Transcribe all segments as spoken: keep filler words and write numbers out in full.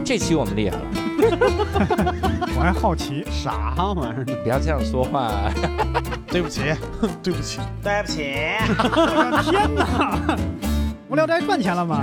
这期我们厉害了。 我还好奇啥玩意儿？ 不要这样说话。 对不起，对不起， 对不起。 我的天哪！无聊斋赚钱了吗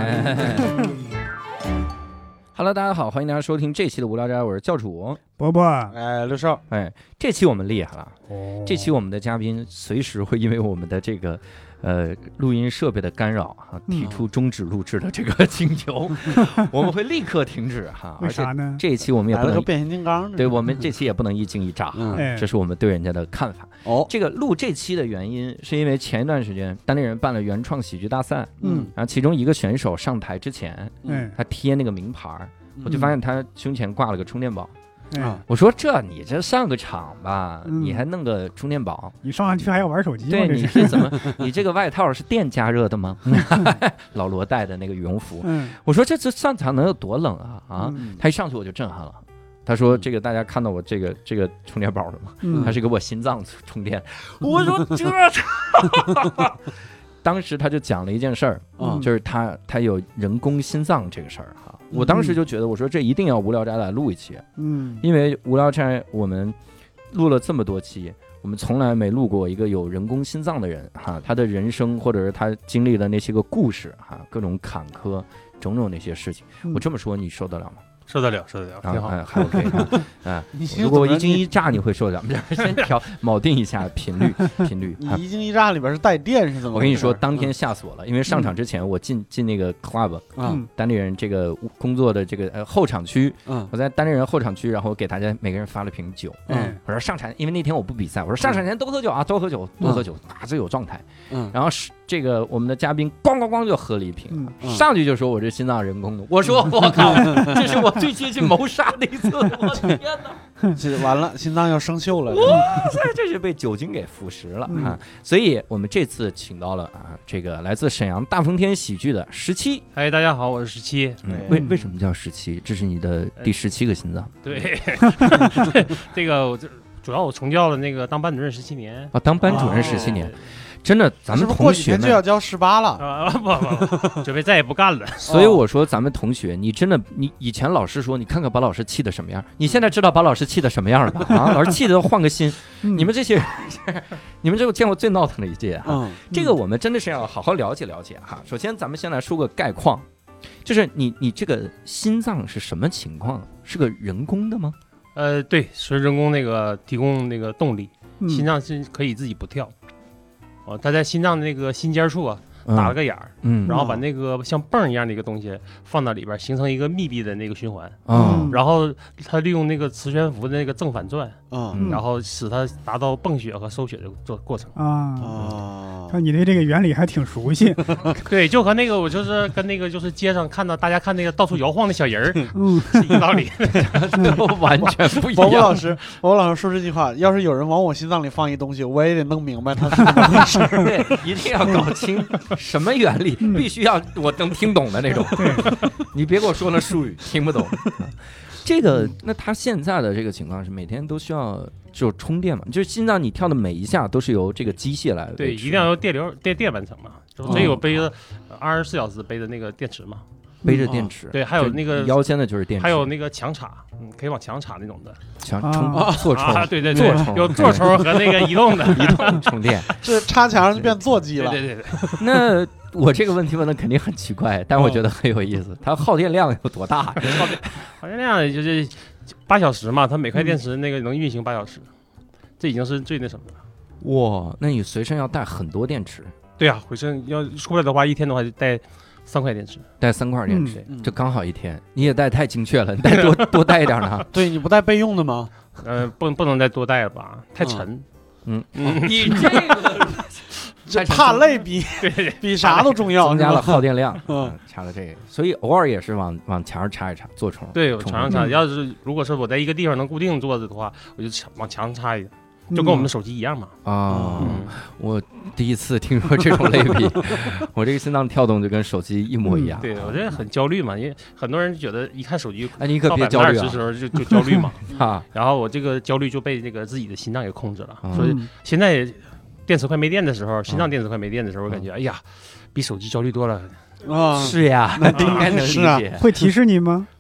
？Hello， 大家好，欢迎大家收听这期的无聊斋，我是教主伯伯。 哎，刘少， 哎，这期我们厉害了。 哦， 这期我们的嘉宾随时会因为我们的这个呃录音设备的干扰哈、啊，提出终止录制的这个请求，嗯、我们会立刻停止哈。 为啥呢？ 这一期我们也不能个变形金刚， 对我们这期也不能一惊一乍，嗯、这是我们对人家的看法。 哦， 这个录这期的原因是因为前一段时间当地人办了原创喜剧大赛，嗯，然后其中一个选手上台之前，嗯，他贴那个名牌。我就发现他胸前挂了个充电宝，嗯、我说这你这上个场吧，嗯、你还弄个充电宝， 你上去还要玩手机吗？ 对，你是怎么？你这个外套是电加热的吗？老罗戴的那个羽绒服，嗯、我说这这上场能有多冷啊啊！嗯、他一上去我就震撼了，他说这个大家看到我这个这个充电宝了吗？嗯、他是给我心脏充电，我说这。当时他就讲了一件事儿，嗯、就是他他有人工心脏这个事儿哈。我当时就觉得，我说这一定要无聊斋来录一期，嗯，因为无聊斋我们录了这么多期，我们从来没录过一个有人工心脏的人哈，他的人生或者是他经历的那些个故事哈，各种坎坷种种那些事情，嗯、我这么说你受得了吗？ 受得了，受得了，挺好， 还还 OK 啊。如果我一惊一乍，你会受得了？先调铆定一下频率，频率。 你一惊一乍里边是带电是怎么？ 我跟你说，当天吓死我了，因为上场之前我进进那个 club， 嗯，当地人这个工作的这个呃后场区，嗯，我在当地人后场区，然后给大家每个人发了瓶酒，嗯，我说上场，因为那天我不比赛，我说上场前都喝酒啊，都喝酒，多喝酒，打着有状态，嗯，然后是这个我们的嘉宾咣咣咣就喝了一瓶，上去就说我这心脏人工的，我说我靠，这是我。最接近谋杀的一次，我的天哪！ 这完了，心脏要生锈了。 哇塞，这是被酒精给腐蚀了、嗯、啊！所以我们这次请到了啊，这个来自沈阳大风天喜剧的十七。 嗨，大家好，我是十七。 嗯、为为什么叫十七？这是你的第十七个心脏。 对，这个我这主要我从教了那个当班主任十七年啊，当班主任十七年。真的，咱们同学们就要交十八了啊！不不不，准备再也不干了。 所以我说，咱们同学，你真的，你以前老师说，你看看把老师气的什么样，你现在知道把老师气的什么样了吧？啊，老师气的都换个心。你们这些人，你们这我见过最闹腾的一届哈、啊。这个我们真的是要好好了解了解哈。首先，咱们先来说个概况，就是你你这个心脏是什么情况？是个人工的吗？ 呃，对，是人工那个提供那个动力，心脏是可以自己不跳。哦，他在心脏那个心尖处啊打了个眼儿，嗯，然后把那个像泵一样的一个东西放到里边，形成一个密闭的那个循环，嗯，然后他利用那个磁悬浮的那个正反转，嗯，然后使它达到泵血和收血的做过程啊啊！看你对这个原理还挺熟悉， 对，就和那个我就是跟那个就是街上看到大家看那个到处摇晃的小人儿，嗯，是一个道理， 都完全不一样。 宝宝老师，宝宝老师说这句话，要是有人往我心脏里放一东西，我也得弄明白它是怎么回事。 对，一定要搞清什么原理，必须要我能听懂的那种。你别给我说那术语，听不懂。这个，那他现在的这个情况是每天都需要就充电嘛？就是心脏你跳的每一下都是由这个机械来对，一定要由电流电电完成嘛。所以我背着二十四小时背着那个电池嘛。 背着电池、嗯， 对，还有那个腰间的就是电池， 还有那个强插，嗯，可以往强插那种的， 强充座充、 啊，对对对，有座充和那个移动的移动充电， 这插墙上就变座机了。 对对对对。 那我这个问题问的肯定很奇怪，但我觉得很有意思。它耗电量有多大？耗电耗电量就是八小时嘛，它每块电池那个能运行八小时，这已经是最那什么了。 哇，那你随身要带很多电池？ 对啊，回身要出来的话，一天的话就带。三块电池， 带三块电池，嗯、这刚好一天。你也带太精确了，你带多多带一点呢。 对，你不带备用的吗？ 呃，不不能再多带了吧，太沉。 嗯嗯，你这个这怕累比比啥都重要， 增加了耗电量。嗯，插了这个，所以偶尔也是往往墙上插一插，做充。 对，墙上插。要是如果说我在一个地方能固定坐着的话，我就往墙上插一个。就跟我们的手机一样嘛。 啊、嗯嗯，我第一次听说这种类比，我这个心脏跳动就跟手机一模一样。 嗯、对，我这很焦虑嘛，因为很多人觉得一看手机， 哎，你可别焦虑啊， 的时候就就焦虑嘛。啊，然后我这个焦虑就被这个自己的心脏给控制了，嗯、所以现在电池快没电的时候，心脏电池快没电的时候，我感觉、嗯、哎呀，比手机焦虑多了。 啊，是呀，那应该能理解。 会提示你吗？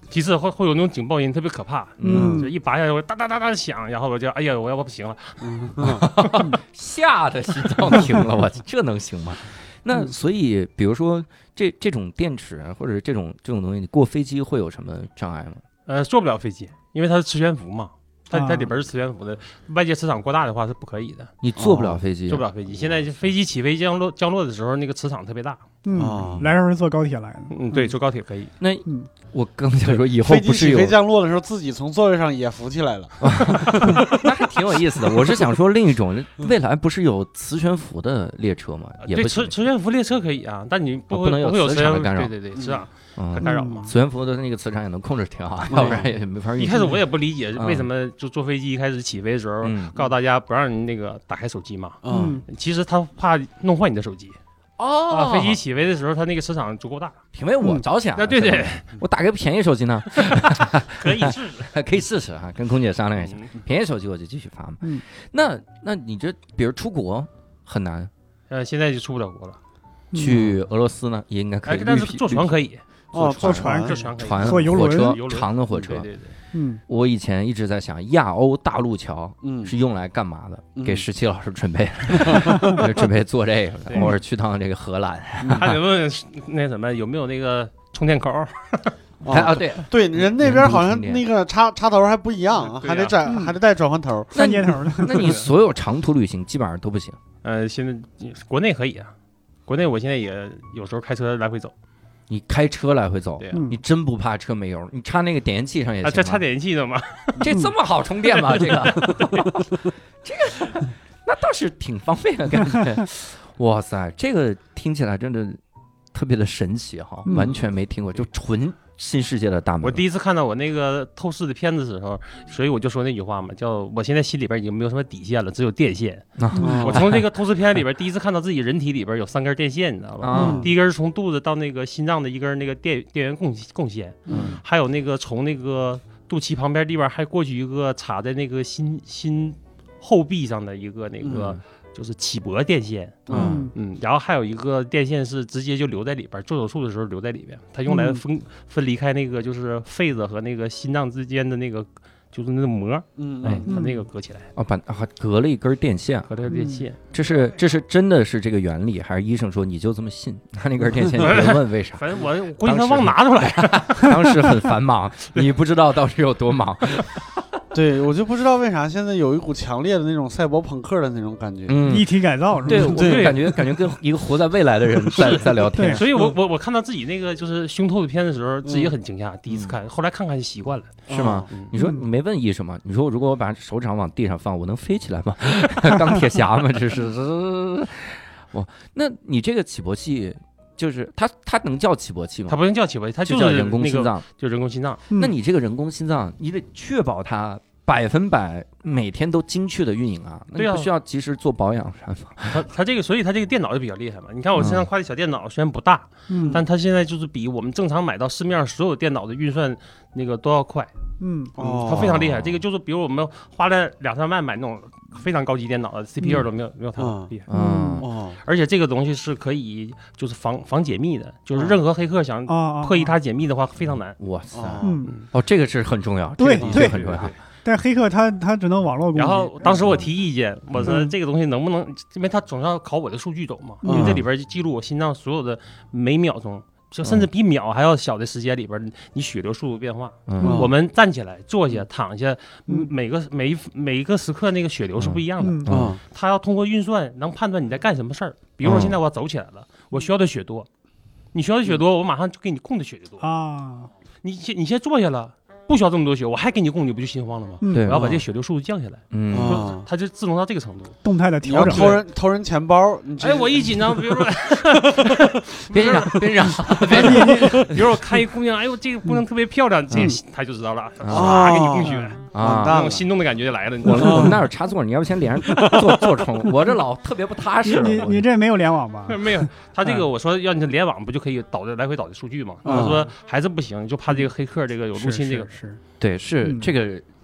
其次会会有那种警报音，特别可怕，嗯，就一拔下来会哒哒哒哒响，然后我就哎呀，我要不行了，嗯、 吓得心脏停了，我这能行吗？那所以，比如说这这种电池或者这种这种东西，你过飞机会有什么障碍吗？ 呃，坐不了飞机，因为它是磁悬浮嘛。它它里边是磁悬浮的，外界磁场过大的话是不可以的。 你坐不了飞机， 坐不了飞机。现在飞机起飞降落降落的时候，那个磁场特别大。 嗯，来时候是坐高铁来的。 嗯，对，坐高铁可以。 那我刚才说以后不是有飞机起飞降落的时候，自己从座位上也浮起来了， 那还挺有意思的。我是想说另一种，未来不是有磁悬浮的列车吗？也不对，磁磁悬浮列车可以啊，但你不不能有磁场的干扰。 对对对，磁场。很干扰嘛， 磁悬浮的那个磁场也能控制挺好，要不然也没法运行。 一开始我也不理解为什么就坐飞机一开始起飞的时候告诉大家不让你那个打开手机嘛，嗯，其实他怕弄坏你的手机。哦，飞机起飞的时候它那个磁场足够大， 挺为我着想。 那对对， 我打个便宜手机呢， 可以试试， 可以试试啊，跟空姐商量一下，便宜手机我就继续发嘛。嗯，那那你这比如出国很难， 呃，现在就出不了国了。 去俄罗斯呢也应该可以， 但是坐船可以。 哦，坐船， 坐船， 船， 坐游轮， 火车，长的火车。 对对对， 嗯，我以前一直在想，亚欧大陆桥，嗯，是用来干嘛的？给十七老师准备，准备做这个，或者去趟这个荷兰。 还得问那什么有没有那个充电口？ 啊，对对，人那边好像那个插插头还不一样，还得转，还得带转换头， 三接头的。 那你所有长途旅行基本上都不行？ 呃，现在国内可以啊，国内我现在也有时候开车来回走。 你开车来回走， 对啊， 你真不怕车没油？你插那个点烟器上也行啊？ 这插点烟器的吗？ 这这么好充电吗？这个，这个，那倒是挺方便的感觉。哇塞，这个听起来真的特别的神奇哈，嗯、完全没听过，就纯新世界的大门。 我第一次看到我那个透视的片子的时候，所以我就说那句话嘛，叫我现在心里边已经没有什么底线了，只有电线。嗯、我从这个透视片里边第一次看到自己人体里边有三根电线，你知道吧？嗯、第一根是从肚子到那个心脏的一根那个电电源供供线，嗯、还有那个从那个肚脐旁边地方还过去一个插在那个心心后壁上的一个那个。嗯就是起搏电线，嗯嗯，然后还有一个电线是直接就留在里边，做手术的时候留在里边，它用来分、嗯、分离开那个就是肺子和那个心脏之间的那个就是那个膜，嗯，哎，它那个隔起来， 哦，把啊隔了一根电线， 隔了根电线， 这是这是真的是这个原理，还是医生说你就这么信？他那根电线，你别问为啥， 反正我估计他忘拿出来， 当时很繁忙，你不知道当时有多忙。 对，我就不知道为啥现在有一股强烈的那种赛博朋克的那种感觉， 嗯，一体改造是吧？ 对，我感觉感觉跟一个活在未来的人在在聊天。 所以我我我看到自己那个就是胸透的片的时候，自己也很惊讶，第一次看，后来看看就习惯了， 是吗？你说你没问医生吗？你说如果我把手掌往地上放，我能飞起来吗？钢铁侠吗？这是，哇，那你这个起搏器。就是它，它能叫起搏器吗？ 它不能叫起搏器，它就是人工心脏， 就人工心脏。 那你这个人工心脏，你得确保它百分百每天都精确的运营啊，那你不需要及时做保养啥的。 它它这个，所以它这个电脑就比较厉害嘛。你看我身上挎的小电脑虽然不大，嗯，但它现在就是比我们正常买到市面上所有电脑的运算那个都要快。嗯，哦，它非常厉害。这个就是比如我们花了两三万买那种非常高级电脑的 C P U 都没有、嗯、没有它厉害。嗯哦，而且这个东西是可以就是防防解密的，就是任何黑客想破译它解密的话非常难。 哇塞，嗯，哦，这个是很重要， 对， 这个很重要。 但是黑客他他只能网络攻击。 然后当时我提意见，我说这个东西能不能，因为他总要考我的数据走嘛，因为这里边记录我心脏所有的每秒钟。就甚至比秒还要小的时间里边，你血流速度变化。嗯，我们站起来、坐下、躺下，每个每一每一个时刻那个血流是不一样的。嗯，它要通过运算能判断你在干什么事儿。比如说现在我走起来了，我需要的血多，你需要的血多，我马上就给你供的血就多啊。你先你先坐下了。不需要这么多血，我还给你供，你不就心慌了吗？对，我要把这个血流速度降下来。嗯，它就自动到这个程度， 动态的调整。 偷人偷人钱包， 哎，我一紧张，比如说， 别紧张，别紧张， 别紧张。比如说我看一姑娘，哎呦，这个姑娘特别漂亮，这他就知道了，啊，给你供血啊，那种心动的感觉就来了。 我我们那有插座，你要不先连上座座充？我这老特别不踏实。 你你这没有联网吧？ 没有，他这个我说要你联网，不就可以导的来回导的数据吗？他说还是不行，就怕这个黑客这个有入侵这个。 是， 对，是、嗯、这个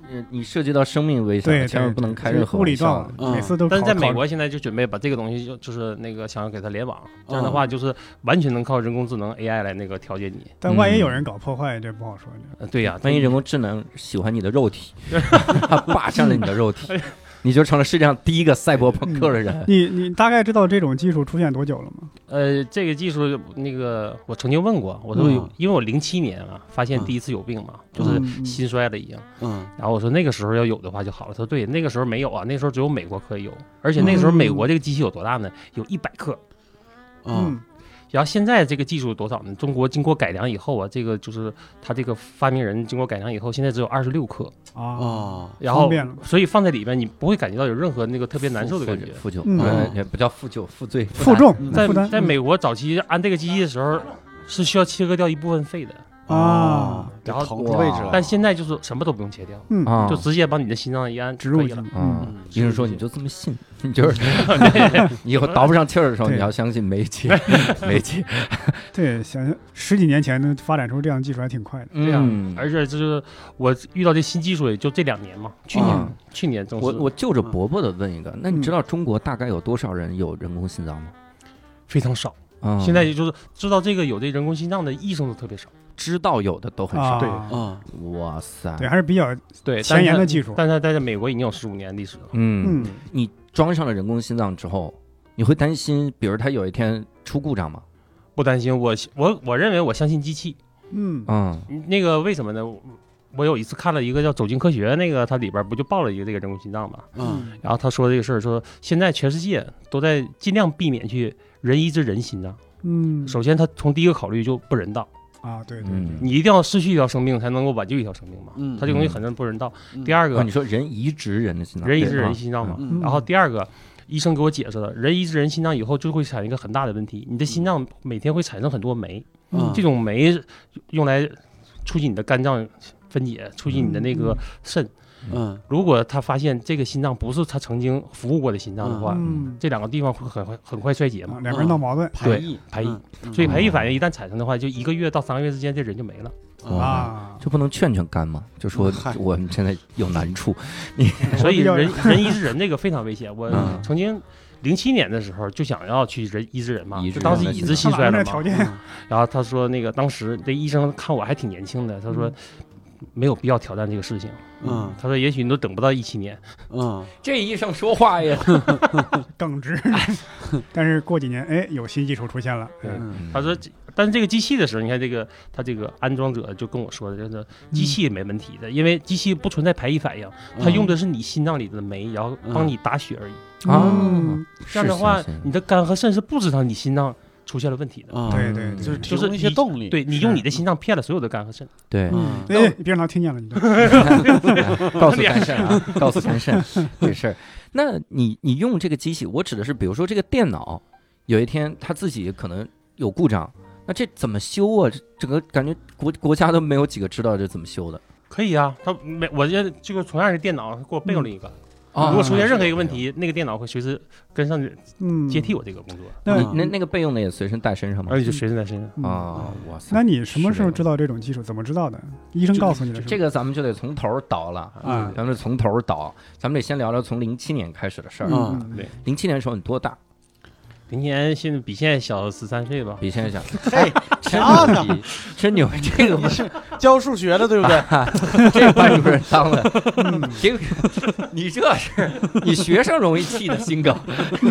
你涉及到生命危险，千万不能开任何玩笑。 每次都。 但是在美国现在就准备把这个东西就就是那个想要给它联网，这样的话就是完全能靠人工智能 A I 来那个调节你。 但万一有人搞破坏，这不好说。 对呀， 万一人工智能喜欢你的肉体，他霸占了你的肉体。你就成了世界上第一个赛博朋克的人。 嗯、你你大概知道这种技术出现多久了吗？ 呃，这个技术那个我曾经问过，我说、嗯、因为我零七年啊发现第一次有病嘛，嗯、就是心衰了已经。嗯。然后我说那个时候要有的话就好了。他说对，那个时候没有啊，那时候只有美国可以有，而且那个时候美国这个机器有多大呢？有一百克。 嗯。 然后现在这个技术多少呢？中国经过改良以后啊，这个就是他这个发明人经过改良以后，现在只有二十六克啊， 然后所以放在里边，你不会感觉到有任何那个特别难受的感觉。 负疚，嗯，也不叫负疚，负罪， 负重。 在在美国早期安这个机器的时候，是需要切割掉一部分肺的。 啊， 然后疼的位置了， 但现在就是什么都不用切掉， 嗯， 就直接把你的心脏一按植入了。 嗯，医生说你就这么信，你就是你以后倒不上气儿的时候，你要相信没切，没切。 对，想想十几年前能发展出这样技术还挺快的。 对呀，而且就是我遇到这新技术也就这两年嘛，去年去年正式。 我我就着伯伯的问一个，那你知道中国大概有多少人有人工心脏吗？ 非常少。现在也就是知道这个有这人工心脏的医生都特别少。 知道有的都很少， 对， 啊，哇塞， 对，还是比较对前沿的技术。 但是在美国已经有十五年历史了。 嗯，你装上了人工心脏之后，你会担心，比如它有一天出故障吗？ 不担心，我我我认为我相信机器。 嗯嗯， 那个为什么呢？我有一次看了一个叫《走进科学》，那个它里边不就报了一个这个人工心脏嘛？嗯，然后他说这个事儿，说现在全世界都在尽量避免去人移植人心脏。 嗯， 首先他从第一个考虑就不人道。 啊，对对， 嗯、 你一定要失去一条生命才能够挽救一条生命嘛，嗯，它这东西很不人道。嗯、第二个、 哦，你说人移植人的心脏， 人移植人心脏嘛，嗯、然后第二个，医生给我解释了，人移植人心脏以后就会产生一个很大的问题，你的心脏每天会产生很多酶，嗯、这种酶用来促进你的肝脏分解，促进你的那个肾。嗯，如果他发现这个心脏不是他曾经服务过的心脏的话，嗯、这两个地方会很快很快衰竭嘛， 两边闹矛盾， 排异排异，所以排异反应一旦产生的话，就一个月到三个月之间，这人就没了啊， 就不能劝劝肝吗？就说我们现在有难处，你所以人人移植人这个非常危险。我曾经零七年的时候就想要去人移植人嘛，就当时已知心衰了嘛，然后他说那个当时这医生看我还挺年轻的，他说。没有必要挑战这个事情，嗯，他说也许你都等不到一七年， 嗯，这医生说话呀， 耿直，但是过几年，哎，有新技术出现了， 嗯，他说，但是这个机器的时候，你看这个他这个安装者就跟我说的，就是机器没问题的，因为机器不存在排异反应，它用的是你心脏里的酶，然后帮你打血而已， 啊， 这样的话，你的肝和肾是不知道你心脏出现了问题的， 嗯、对对， 就是提供一些动力。 对你用你的心脏骗了所有的肝和肾。 对， 嗯，哎，别让他听见了，你告诉肝肾啊，告诉肝肾这事儿。那你你用这个机器，我指的是，比如说这个电脑，有一天它自己可能有故障，那这怎么修啊？这个感觉国国家都没有几个知道这怎么修的。 可以啊，他没，我这这个同样的电脑给我备用了一个。嗯如果出现任何一个问题，那个电脑会随时跟上接替我这个工作。 那那那个备用的也随身带身上吗？ 而且就随身带身上啊！哇塞！ 那你什么时候知道这种技术？怎么知道的？医生告诉你的？ 这个咱们就得从头倒了啊！咱们从头倒，咱们得先聊聊从零七年开始的事儿啊。对，零七年的时候你多大？ 零七年现在比现在小十三岁吧？ 比现在小。 嘿， 真牛！真牛！这个你是教数学的对不对？ 这班主任当了，这个你这是你学生容易气的心梗。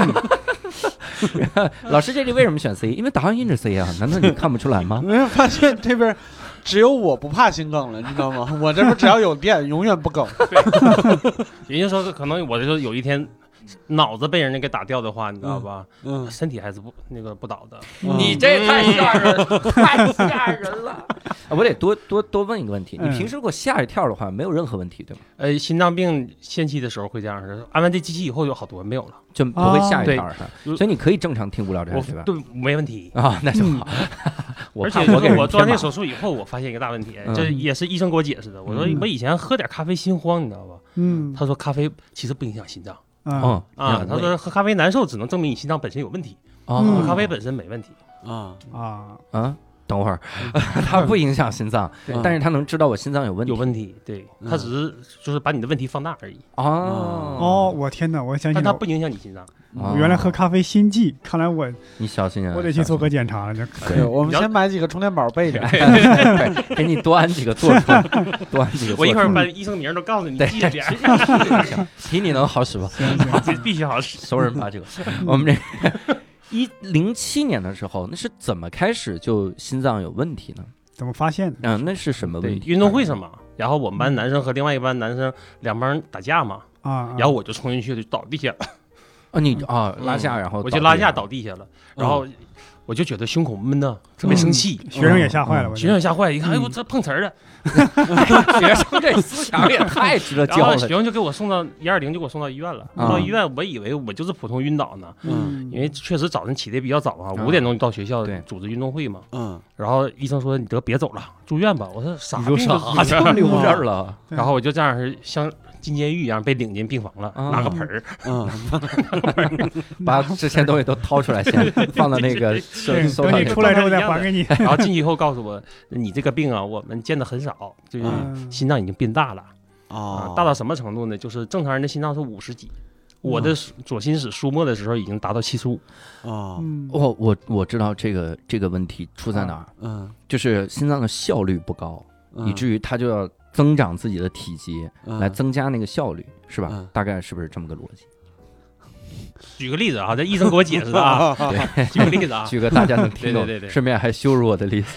老师，这里为什么选 C？ 因为答案印着 C 啊，难道你看不出来吗？ 没有发现这边只有我不怕心梗了，你知道吗？我这边只要有电，永远不梗。 也就是说，可能我这有一天。脑子被人家给打掉的话，你知道吧？嗯，身体还是不那个不倒的。 嗯、你这太吓人了，嗯、太吓人了！我得多多多问一个问题：你平时如果吓一跳的话，没有任何问题，对吗？ 呃，心脏病先期的时候会这样的，安完这机器以后有好多没有了， 就不会吓一跳的。哦、所以你可以正常听无聊斋，对吧？ 对，没问题啊，那就好。 而且我我做完这手术以后，我发现一个大问题，这也是医生给我解释的。我说我以前喝点咖啡心慌，你知道吧？嗯，他说咖啡其实不影响心脏。 嗯啊，他说喝咖啡难受，只能证明你心脏本身有问题。啊，喝咖啡本身没问题。 啊啊啊！ 等会儿，它不影响心脏，但是它能知道我心脏有问题。 有问题，对，它只是就是把你的问题放大而已。 哦哦，我天哪！我相信， 但它不影响你心脏。 我原来喝咖啡心悸，看来我你小心啊， 我得去做个检查了。 对，我们先买几个充电宝备着， 给你多安几个座充，多安几个。 我一会儿把医生名都告诉你，记着点。 提你能好使吧？ 必须好使。 熟人八九。我们这。一零七年的时候，那是怎么开始就心脏有问题呢？ 怎么发现的？ 嗯，那是什么问题？ 运动会上嘛，然后我们班男生和另外一班男生两帮人打架嘛，啊，然后我就冲进去就倒地下了。 啊，你啊拉下，然后我就拉下倒地下了，然后我就觉得胸口闷呐，特别生气。 学生也吓坏了， 学生也吓坏了，一看，哎呦，这碰瓷儿的。 学生这思想也太值得教了。 学生就给我送到一二零，就给我送到医院了。送到医院，我以为我就是普通晕倒呢，嗯，因为确实早晨起的比较早啊，五点钟就到学校组织运动会嘛，嗯，然后医生说你得别走了，住院吧。我说啥病啥就留这儿了， 然后我就这样是像进监狱一样被领进病房了，拿个盆儿，嗯， 把之前东西都掏出来，先放到那个等你出来之后再还给你。 然后进去以后告诉我，你这个病啊，我们见的很少，就是心脏已经变大了啊，大到什么程度呢？就是正常人的心脏是五十几，我的左心室输末的时候已经达到七十五啊。我我我知道这个这个问题出在哪儿，嗯，就是心脏的效率不高，以至于它就要增长自己的体积来增加那个效率，是吧？大概是不是这么个逻辑？ 举个例子啊，这医生给我解释的啊。对，举个例子啊， 举个大家能听懂， 对对对， 顺便还羞辱我的例子。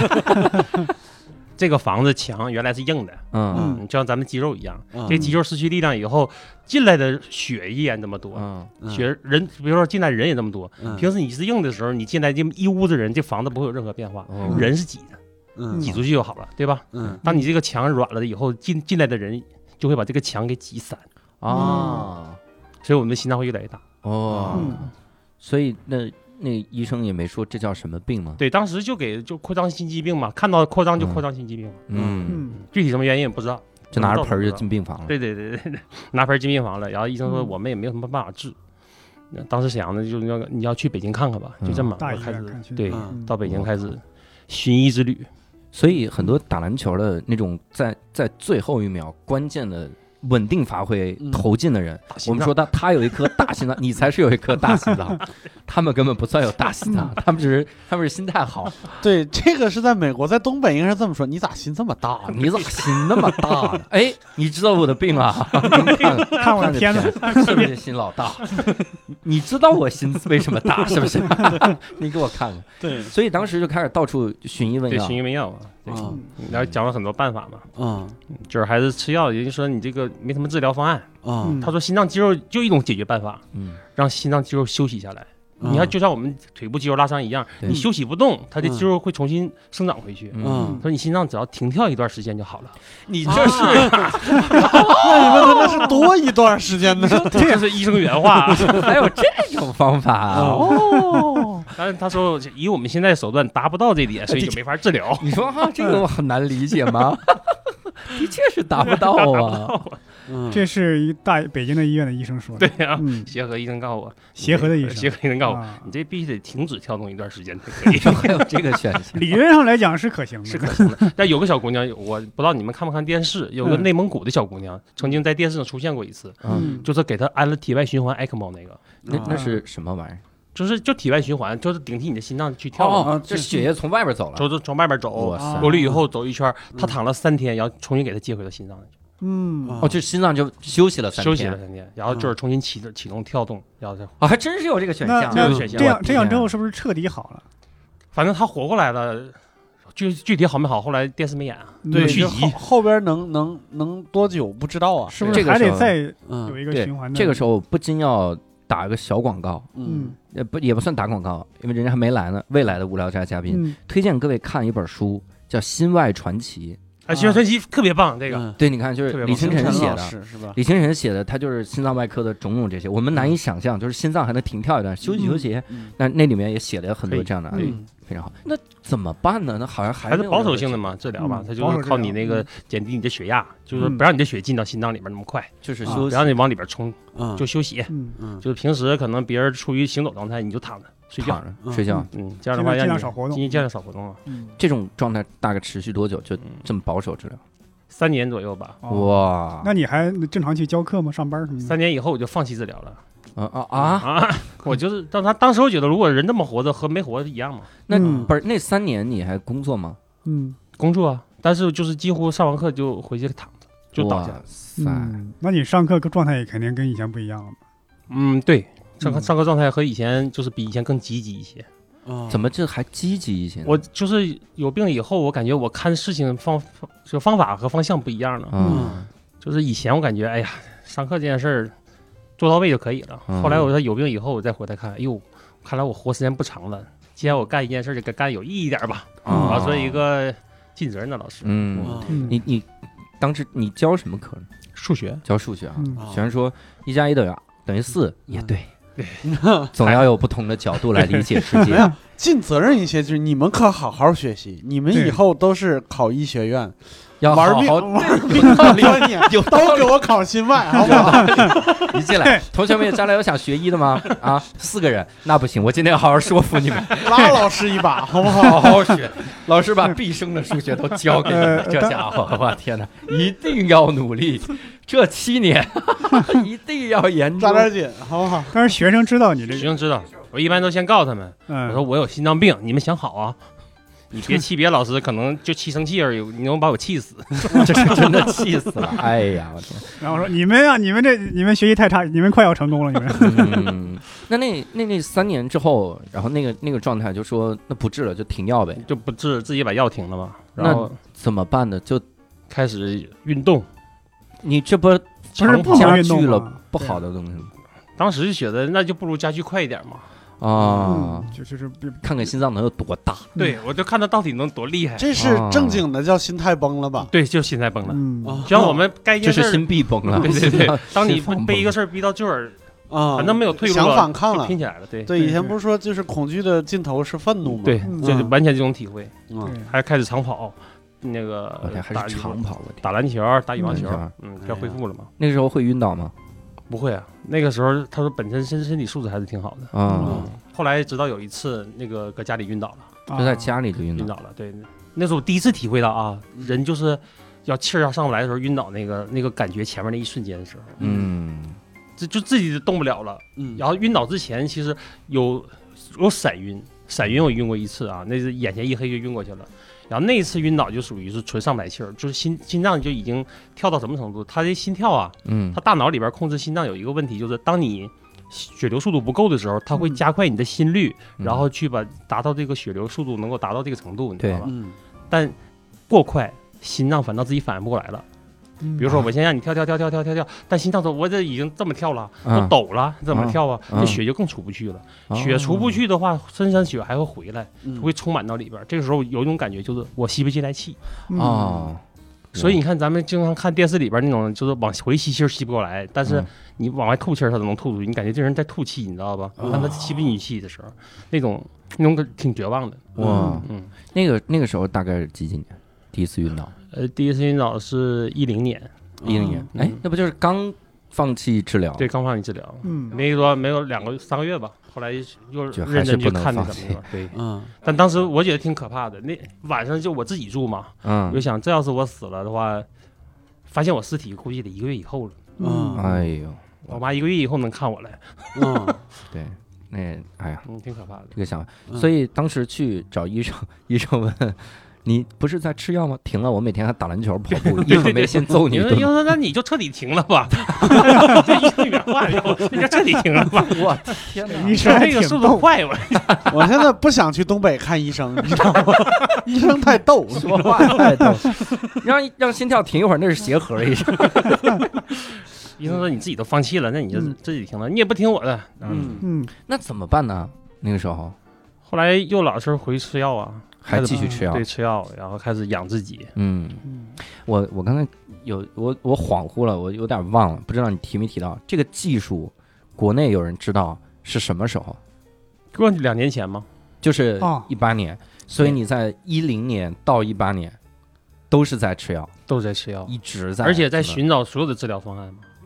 这个房子墙原来是硬的，嗯，就像咱们肌肉一样， 嗯、 这肌肉失去力量以后，进来的血依然这么多，嗯、血人比如说进来人也这么多。嗯、平时你是硬的时候，你进来这一屋子人，这房子不会有任何变化，嗯、人是挤的，嗯、挤出去就好了，对吧？嗯，当你这个墙软了以后，进进来的人就会把这个墙给挤散啊，所以我们的心脏会越来越大。哦， 嗯、所以那。那医生也没说这叫什么病吗？ 对，当时就给就扩张心肌病嘛，看到扩张就扩张心肌病。嗯，嗯具体什么原因也不知道， 就拿着盆就进病房了。 对对对对，拿盆进病房了。然后医生说我们也没有什么办法治。嗯、当时想的就是要你要去北京看看吧，就这么、嗯、开始对、嗯、到北京开始寻医之旅。 所以很多打篮球的那种在在最后一秒关键的。稳定发挥投进的人，嗯、我们说他他有一颗大心脏，你才是有一颗大心脏，他们根本不算有大心脏，他们只是他们是心态好。 对，这个是在美国，在东北应该是这么说，你咋心这么大？ 你咋心那么大？哎，你知道我的病啊？ 看我的片子是不是心老大？你知道我心为什么大是不是？你给我看看。 对， 所以当时就开始到处寻医问药， 寻医问药啊。啊，然后讲了很多办法嘛，嗯，就是还是吃药，也就是说你这个没什么治疗方案啊。他说心脏肌肉就一种解决办法，嗯，让心脏肌肉休息下来。你看，就像我们腿部肌肉拉伤一样，你休息不动，它的肌肉会重新生长回去。嗯，说你心脏只要停跳一段时间就好了。 你这是， 那你们真的是多一段时间呢？ 这是医生原话， 还有这种方法啊？哦， 但是他说以我们现在手段达不到这点，所以就没法治疗。 你说哈，这个我很难理解吗？的确是达不到啊。 嗯、这是一大北京的医院的医生说的。对呀、啊，嗯、协和医生告诉我， 协和的医生， 协和医生告诉我，啊、你这必须得停止跳动一段时间才可以。 还有这个选项， 理论上来讲是可行的， 是可行的。但有个小姑娘，我不知道你们看不看电视，有个内蒙古的小姑娘，嗯、曾经在电视上出现过一次，嗯，就是给她安了体外循环 E C M O 那个， 那那是什么玩意儿？ 就是就体外循环，就是顶替你的心脏去跳， 哦，这血液从外边走了， 从从外边走，过滤以后走一圈，她躺了三天，然后重新给她接回到心脏去。 嗯， 哦，就心脏就休息了三天， 休息了三天，然后就是重新启启动跳动，然后再啊，还真是有这个选项， 这个选项。 这样这样之后是不是彻底好了？ 反正他活过来了，具具体好没好，后来电视没演啊。 对，续集后边能能能多久不知道啊？ 是不是还得再有一个循环？ 这个时候不禁要打个小广告，嗯，也不也不算打广告，因为人家还没来呢。未来的无聊斋嘉宾推荐各位看一本书，叫《心外传奇》。 啊，心外传奇特别棒，这个、 嗯、对，你看就是李清晨写的， 是是吧？ 李清晨写的，他就是心脏外科的种种这些，我们难以想象，就是心脏还能停跳一段，休息休息。嗯、那那里面也写了很多这样的案例，非常好。那怎么办呢？那好像还还是保守性的嘛，治疗吧，它、嗯、就是靠你那个减低你的血压，就是不让你的血进到心脏里面那么快， 就是休息， 不让你往里边冲，嗯、就休息。嗯嗯，就是平时可能别人处于行走状态，你就躺着。 睡觉睡觉， 嗯，这样的话尽量少活动， 尽量少活动啊。 这种状态大概持续多久？就这么保守治疗？ 三年左右吧。 哇， 那你还正常去教课吗？上班什么的？ 三年以后我就放弃治疗了。 啊啊啊啊！我就是当他当时我觉得，如果人这么活着和没活着一样嘛。 那不是那三年你还工作吗？ 嗯， 工作啊，但是就是几乎上完课就回去躺着，就倒下了。 嗯，那你上课状态也肯定跟以前不一样了吧？ 嗯，对，上课上课状态和以前就是比以前更积极一些。 怎么这还积极一些呢？ 我就是有病以后，我感觉我看事情方就方法和方向不一样了。 嗯， 就是以前我感觉，哎呀，上课这件事儿做到位就可以了。 嗯、 后来我说有病以后，我再回来看，哎呦，看来我活时间不长了。既然我干一件事，就该干有意义一点吧。 啊， 我做一个尽责任的老师。 嗯，嗯你你当时你教什么课呢？ 数学， 教数学啊。 嗯、 学生说一加一等于等于四，也对。对，总要有不同的角度来理解世界。 尽责任一些，就是你们可好好学习，你们以后都是考医学院， 要玩命玩命多年，都给我考心外，好不好？ 一进来，同学们将来有想学医的吗？啊，四个人，那不行，我今天要好好说服你们， 拉老师一把，好不好？ 好好学，老师把毕生的数学都教给你们，这家伙，我天哪，一定要努力。这七年一定要严重， 抓点紧，好不好？ 但是学生知道你这个， 学生知道，我一般都先告诉他们， 嗯、 我说我有心脏病，你们想好啊，你别气别老师，可能就气生气而已，你能把我气死， 这是真的气死了，哎呀，我天！ 然后说你们啊，你们这你们学习太差，你们快要成功了，你们。 嗯，那那那那三年之后，然后那个那个状态就说那不治了，就停药呗， 就不治，自己把药停了嘛，然后怎么办呢？就开始运动。 你这不不是不加剧了不好的东西吗？ 当时就觉得那就不如加剧快一点嘛。 啊， 就就是看看心脏能有多大。 对，我就看他到底能多厉害。 这是正经的叫心态崩了吧？ 对，就心态崩了。 嗯， 就像我们该这是心臂崩了。 对对对，当你被一个事儿逼到这儿啊，反正没有退路， 想反抗了， 拼起来了。对对，以前不是说就是恐惧的尽头是愤怒吗？ 对，就是完全这种体会。 嗯， 还开始长跑。那个还是长跑， 打篮球、打羽毛球，嗯，该恢复了嘛。 那个时候会晕倒吗？ 不会啊，那个时候他说本身身身体素质还是挺好的啊。后来直到有一次，那个搁家里晕倒了， 就在家里就晕倒了。对，那是我第一次体会到啊，人就是要气儿要上不来的时候晕倒，那个那个感觉前面那一瞬间的时候， 嗯， 这就自己动不了了。嗯，然后晕倒之前其实有有闪晕，闪晕我晕过一次啊，那是眼前一黑就晕过去了。然后那一次晕倒就属于是纯上不来气儿，就是心心脏就已经跳到什么程度？他这心跳啊，嗯，他大脑里边控制心脏有一个问题，就是当你血流速度不够的时候，它会加快你的心率，嗯、然后去把达到这个血流速度能够达到这个程度，你知道吧？嗯。但过快，心脏反倒自己反应不过来了。比如说，我先让你跳跳跳跳跳跳跳，但心脏说：“我这已经这么跳了，都抖了，怎么跳啊？这血就更出不去了。血出不去的话，身上血还会回来，会充满到里边。这个时候有一种感觉，就是我吸不进来气啊。 所以你看，咱们经常看电视里边那种，就是往回吸气吸不过来，但是你往外吐气，它都能吐出去。你感觉这人在吐气，你知道吧？当他吸不进去气的时候，那种那种挺绝望的。 哇，嗯，那个那个时候大概是几几年？第一次晕倒？ 呃，第一次晕倒是一零年， 一零年，哎，那不就是刚放弃治疗？ 对，刚放弃治疗，嗯，没多没有两个三个月吧，后来又认真去看那什么，对，嗯，但当时我觉得挺可怕的，那晚上就我自己住嘛，嗯，我就想这要是我死了的话，发现我尸体估计得一个月以后了， 嗯，哎呦， 我妈一个月以后能看我来， 嗯，对，那哎呀， 嗯，挺可怕的这个想法，所以当时去找医生，医生问。你不是在吃药吗？停了，我每天还打篮球、跑步，医生没先揍你一顿。 医生，那你就彻底停了吧。这医生原话，你就彻底停了吧。 我天哪， 医生这个速度快，我我现在不想去东北看医生，你知道吗？医生太逗， 说话太逗，让让心跳停一会儿，那是协和的医生。 医生说你自己都放弃了，那你就自己停了，你也不听我的。 嗯嗯，那怎么办呢？那个时候， 后来又老是回吃药啊。 还继续吃药， 对，吃药，然后开始养自己。 嗯，我我刚才有我我恍惚了，我有点忘了，不知道你提没提到这个技术，国内有人知道是什么时候？ 过两年前吗？ 就是一八年，所以你在一零年到一八年都是在吃药， 都在吃药， 一直在， 而且在寻找所有的治疗方案嘛。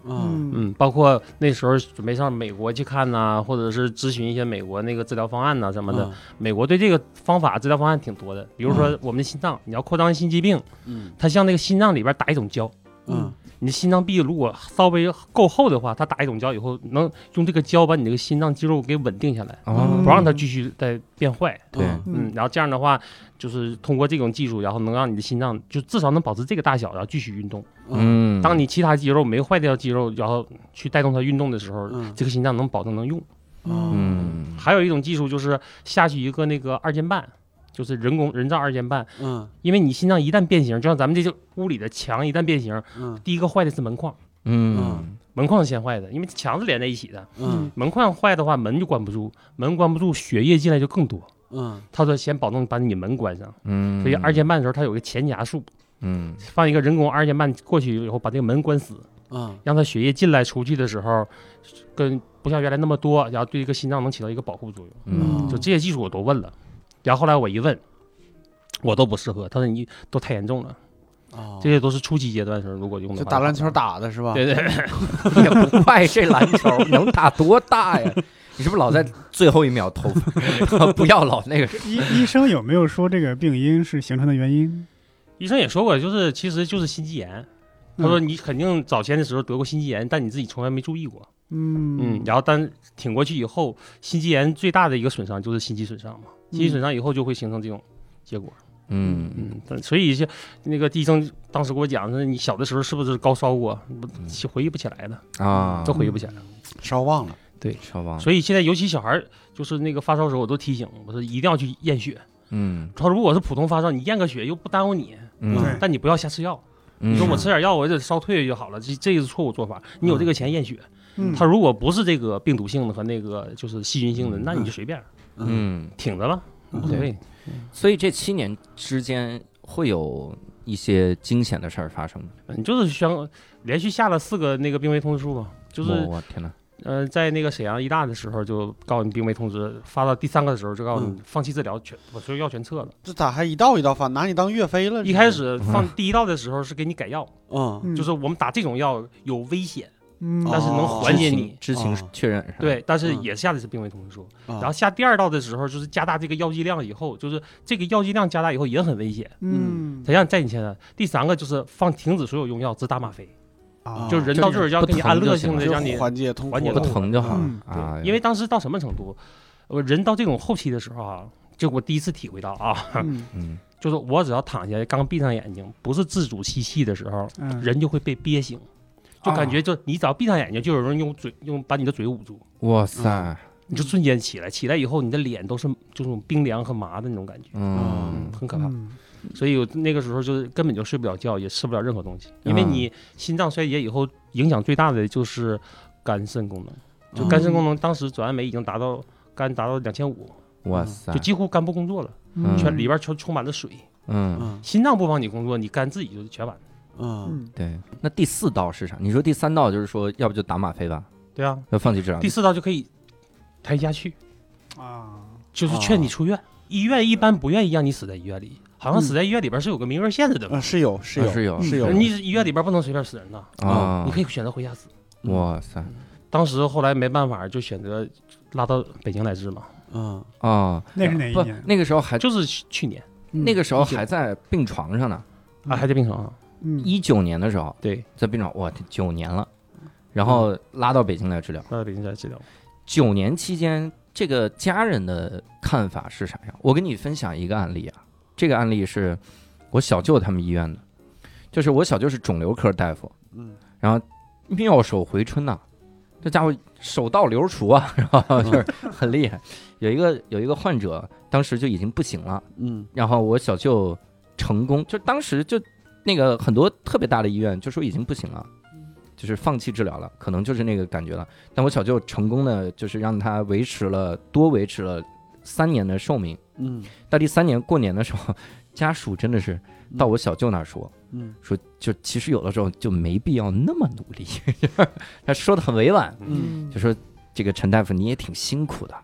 嗯嗯，包括那时候准备上美国去看呐、啊，或者是咨询一些美国那个治疗方案呐、啊、什么的、嗯。美国对这个方法治疗方案挺多的，比如说我们的心脏，你要扩张心肌病，嗯，它像那个心脏里边打一种胶，嗯。你的心脏壁如果稍微够厚的话，它打一种胶以后，能用这个胶把你这个心脏肌肉给稳定下来，哦、不让它继续再变坏。 对， 嗯，然后这样的话，就是通过这种技术，然后能让你的心脏就至少能保持这个大小，然后继续运动。嗯，当你其他肌肉没坏掉肌肉，然后去带动它运动的时候，嗯、这个心脏能保证能用。嗯，还有一种技术就是下去一个那个二尖瓣。就是人工人造二尖瓣，嗯，因为你心脏一旦变形，就像咱们这个屋里的墙一旦变形，嗯，第一个坏的是门框，嗯，门框先坏的，因为墙是连在一起的，嗯，门框坏的话，门就关不住，门关不住，血液进来就更多，嗯，他说先保证把你门关上，嗯，所以二尖瓣的时候它有个前夹术，嗯，放一个人工二尖瓣过去以后，把这个门关死，嗯，让它血液进来出去的时候，跟不像原来那么多，然后对这个心脏能起到一个保护作用，嗯，就这些技术我都问了。然后后来我一问，我都不适合。他说你都太严重了，哦，这些都是初期阶段的时候，如果用的话， 就打篮球打的是吧？ 对对， 也不快，这篮球能打多大呀？你是不是老在最后一秒投？不要老那个。 医医生有没有说这个病因是形成的原因？ 医生也说过，就是其实就是心肌炎。他说你肯定早前的时候得过心肌炎，但你自己从来没注意过。嗯嗯，然后但挺过去以后，心肌炎最大的一个损伤就是心肌损伤嘛。心肌损伤以后就会形成这种结果，嗯嗯，所以是那个医生当时给我讲说，你小的时候是不是高烧过？回忆不起来了啊，都回忆不起来了， 烧忘了， 对， 烧忘了。 所以现在尤其小孩就是那个发烧的时候，我都提醒我说一定要去验血。嗯，他说如果是普通发烧，你验个血又不耽误你，嗯，但你不要瞎吃药。你说我吃点药，我就烧退就好了，这这是错误做法。你有这个钱验血，他如果不是这个病毒性的和那个就是细菌性的，那你就随便。嗯，挺着吧，无所谓。 所以这七年之间会有一些惊险的事儿发生。 嗯，就是相连续下了四个那个病危通知书嘛，就是我天哪， 呃，在那个沈阳医大的时候就告诉你病危通知，发到第三个的时候就告诉你放弃治疗，全我所有药全撤了。 这咋还一道一道发，拿你当岳飞了？ 一开始放第一道的时候是给你改药，嗯，就是我们打这种药有危险。嗯，但是能缓解你知情确认， 对，但是也下的是病危通知书。然后下第二道的时候，就是加大这个药剂量以后，就是这个药剂量加大以后也很危险。嗯，才让你再你签的。第三个就是放停止所有用药，只打吗啡。啊，就人到这儿要给你安乐性的让你缓解痛， 缓解不疼就好啊。因为当时到什么程度，我人到这种后期的时候啊，就我第一次体会到啊，嗯，就是我只要躺下刚闭上眼睛，不是自主吸气的时候，人就会被憋醒。就感觉就你只要闭上眼睛，就有人用嘴用把你的嘴捂住， 哇塞， 你就瞬间起来，起来以后你的脸都是这种冰凉和麻的那种感觉，嗯，很可怕。所以我那个时候就是根本就睡不了觉，也吃不了任何东西，因为你心脏衰竭以后影响最大的就是肝肾功能，就肝肾功能当时转氨酶已经达到肝达到两千五， 哇塞， 就几乎肝不工作了，全里边全充满了水，嗯，心脏不帮你工作，你肝自己就全完了。 嗯，对。那第四道是啥？你说第三道就是说，要不就打吗啡吧？ 对啊， 要放弃治疗。 第四道就可以抬一下去啊，就是劝你出院。医院一般不愿意让你死在医院里，好像死在医院里边是有个名额限制的吧？ 是有，是有， 是有， 是有。 你医院里边不能随便死人的啊，你可以选择回家死。 哇塞！ 当时后来没办法，就选择拉到北京来治嘛。 嗯啊，那是哪一年？ 那个时候还就是去年， 那个时候还在病床上呢。 啊，还在病床上。 一九年的时候， 对， 在病床，哇，九年了，然后拉到北京来治疗， 拉到北京来治疗。 九年期间，这个家人的看法是啥样？我跟你分享一个案例啊，这个案例是我小舅他们医院的，就是我小舅是肿瘤科大夫，嗯，然后妙手回春呐、啊，这家伙手到流除啊，然后就是很厉害。有一个有一个患者当时就已经不行了，嗯，然后我小舅成功，就当时就。那个很多特别大的医院就说已经不行了，就是放弃治疗了，可能就是那个感觉了。但我小舅成功的就是让他维持了多维持了三年的寿命。嗯，到第三年过年的时候，家属真的是到我小舅那儿说，嗯，说就其实有的时候就没必要那么努力，他说的很委婉，嗯，就说这个陈大夫你也挺辛苦的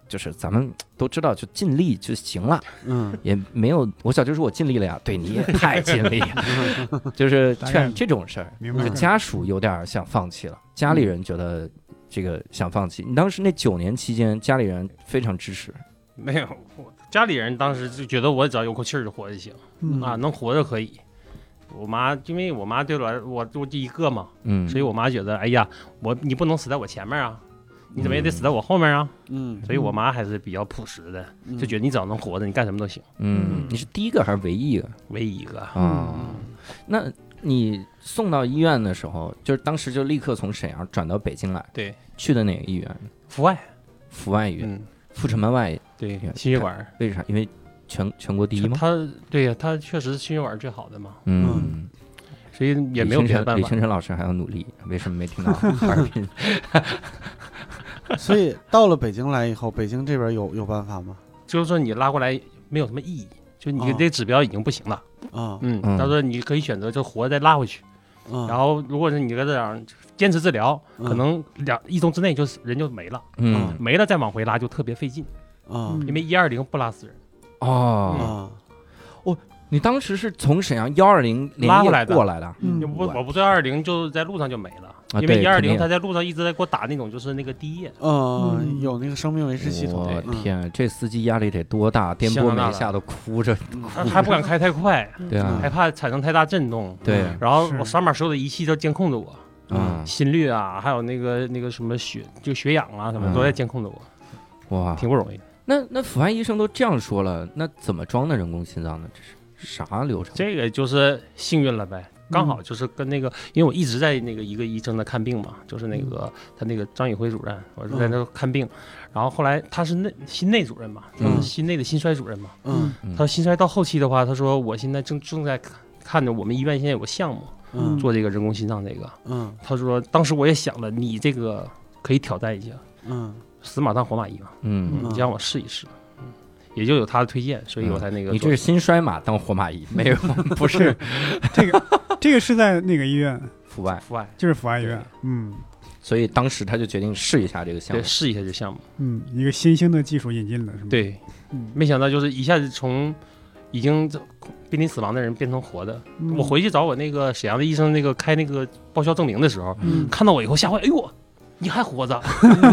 就是咱们都知道，就尽力就行了，嗯，也没有我小舅说我尽力了呀，对你也太尽力了，就是劝这种事儿，就是家属有点想放弃了，家里人觉得这个想放弃。你当时那九年期间，家里人非常支持。 没有，家里人当时就觉得我只要有口气儿就活就行，嗯、啊，能活着可以。我妈因为我妈对我我我就一个嘛，嗯，所以我妈觉得，哎呀，我你不能死在我前面啊，你怎么也得死在我后面啊，嗯，所以我妈还是比较朴实的，嗯、就觉得你只要能活着，你干什么都行。 嗯，你是第一个还是唯一一个？ 唯一一个啊。 嗯，那你送到医院的时候，就是当时就立刻从沈阳转到北京来， 对， 去的哪个医院？ 阜外， 阜外医院，嗯、阜成门外。 对，心血管为啥？因为全全国第一吗？ 他对呀，他确实是心血管最好的嘛。嗯，所以也没有别的办法。 李清晨老师还要努力，为什么没听到哈尔滨？ 所以到了北京来以后，北京这边有有办法吗？ 就是说你拉过来没有什么意义，就你这指标已经不行了啊。嗯，他说你可以选择就活再拉回去。然后，如果是你搁这样坚持治疗，可能两一周之内就人就没了。嗯，没了再往回拉就特别费劲。啊，因为一二零不拉死人。 哦，哦，你当时是从沈阳幺二零拉过来的，过来的。 嗯，我我不是二二零就在路上就没了，因为一二零他在路上一直在给我打那种就是那个滴液。 嗯，有那个生命维持系统。 我天，这司机压力得多大？颠簸每下都哭着， 他还不敢开太快， 对啊， 害怕产生太大震动。 对， 然后我上面所有的仪器都监控着我，嗯，心率啊，还有那个那个什么血就血氧啊什么都在监控着我。哇，挺不容易。 那那阜外医生都这样说了，那怎么装的人工心脏呢？这是啥流程？ 这个就是幸运了呗，刚好就是跟那个，因为我一直在那个一个医生那看病嘛，就是那个他那个张宇辉主任，我是在那看病，然后后来他是内心内主任嘛，他是心内的心衰主任嘛，嗯，他心衰到后期的话，他说我现在正正在看着我们医院现在有个项目，嗯，做这个人工心脏这个，嗯，他说当时我也想了，你这个可以挑战一下，嗯。死马当活马医嘛，嗯，你让我试一试，嗯，也就有他的推荐，所以我才那个。 你这是心衰马当活马医，没有，不是这个，这个是在那个医院， 阜外， 阜外就是阜外医院，嗯， 所以当时他就决定试一下这个项目， 对，试一下这个项目， 嗯，一个新兴的技术引进了，是吗？ 对，嗯，没想到就是一下子从已经濒临死亡的人变成活的。嗯、我回去找我那个沈阳的医生，那个开那个报销证明的时候，嗯、看到我以后吓坏，哎呦！你还活着？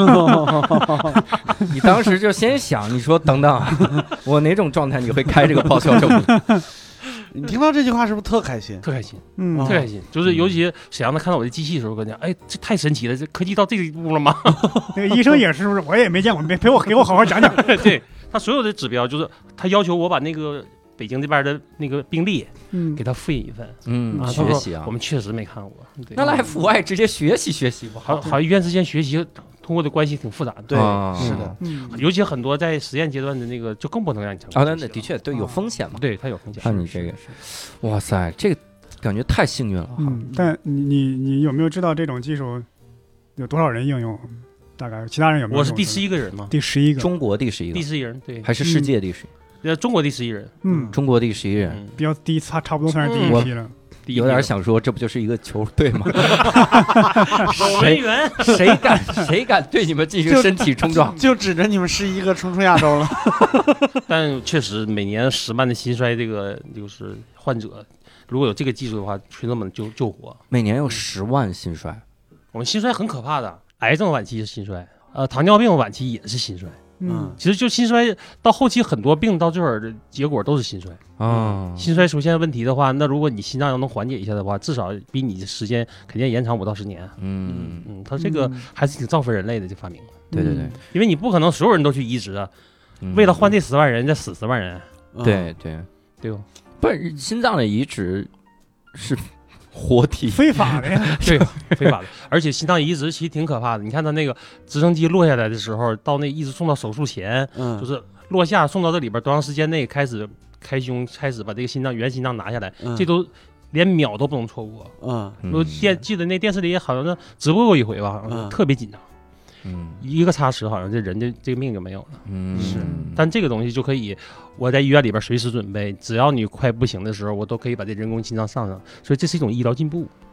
你当时就先想，你说等等，我哪种状态你会开这个报销证明？ 你听到这句话是不是特开心？ 特开心，嗯，特开心。就是尤其沈阳的看到我的机器的时候，跟你讲，哎，这太神奇了，这科技到这一步了吗？ 那个医生也是，不是？我也没见过，没陪我给我好好讲讲。 对他所有的指标，就是他要求我把那个。北京这边的那个病历，嗯，给他复印一份， 嗯，啊、学习啊。 我们确实没看过， 那来阜外直接学习学习吧。 好，好，医院之间学习通过的关系挺复杂的， 对，啊、是的， 嗯，尤其很多在实验阶段的那个，就更不能让你成功。啊，那的确对，有风险嘛， 对，它有风险。 看你这个，哇塞，这个感觉太幸运了。 嗯，但你你你有没有知道这种技术有多少人应用？大概其他人有没有？ 我是第十一个人嘛， 第十一个， 中国第十一个， 第十一人，对， 还是世界第十一。 呃，中国第十一人， 嗯， 中国第十一人， 嗯、比较第一差差不多算是第一批了。 嗯、有点想说，这不就是一个球队吗？ 谁谁敢谁敢对你们进行身体冲撞？ 就, 就指着你们十一个冲出亚洲了。 但确实，每年十万的心衰这个就是患者，如果有这个技术的话，群众们就救活。 每年有十万心衰， 我们心衰很可怕的，癌症晚期是心衰，呃，糖尿病晚期也是心衰。嗯，其实就心衰到后期很多病到最后的结果都是心衰啊、嗯。心衰出现问题的话，那如果你心脏要能缓解一下的话，至少比你的时间肯定延长五到十年。嗯嗯，他这个还是挺造福人类的这发明。 对对对， 因为你不可能所有人都去移植啊，嗯、为了换这十万人再死十万人。 嗯、对对对吧？ 不是心脏的移植是。活体非法的呀， 对，非法的，而且心脏移植其实挺可怕的。你看他那个直升机落下来的时候，到那一直送到手术前，嗯，就是落下送到这里边多长时间内开始开胸，开始把这个心脏原心脏拿下来，嗯、这都连秒都不能错过。嗯，我电记得那电视里好像是直播过一回吧，嗯、特别紧张。嗯，一个差池好像这人这这个命就没有了。嗯，是，但这个东西就可以，我在医院里边随时准备，只要你快不行的时候，我都可以把这人工心脏上上，所以这是一种医疗进步。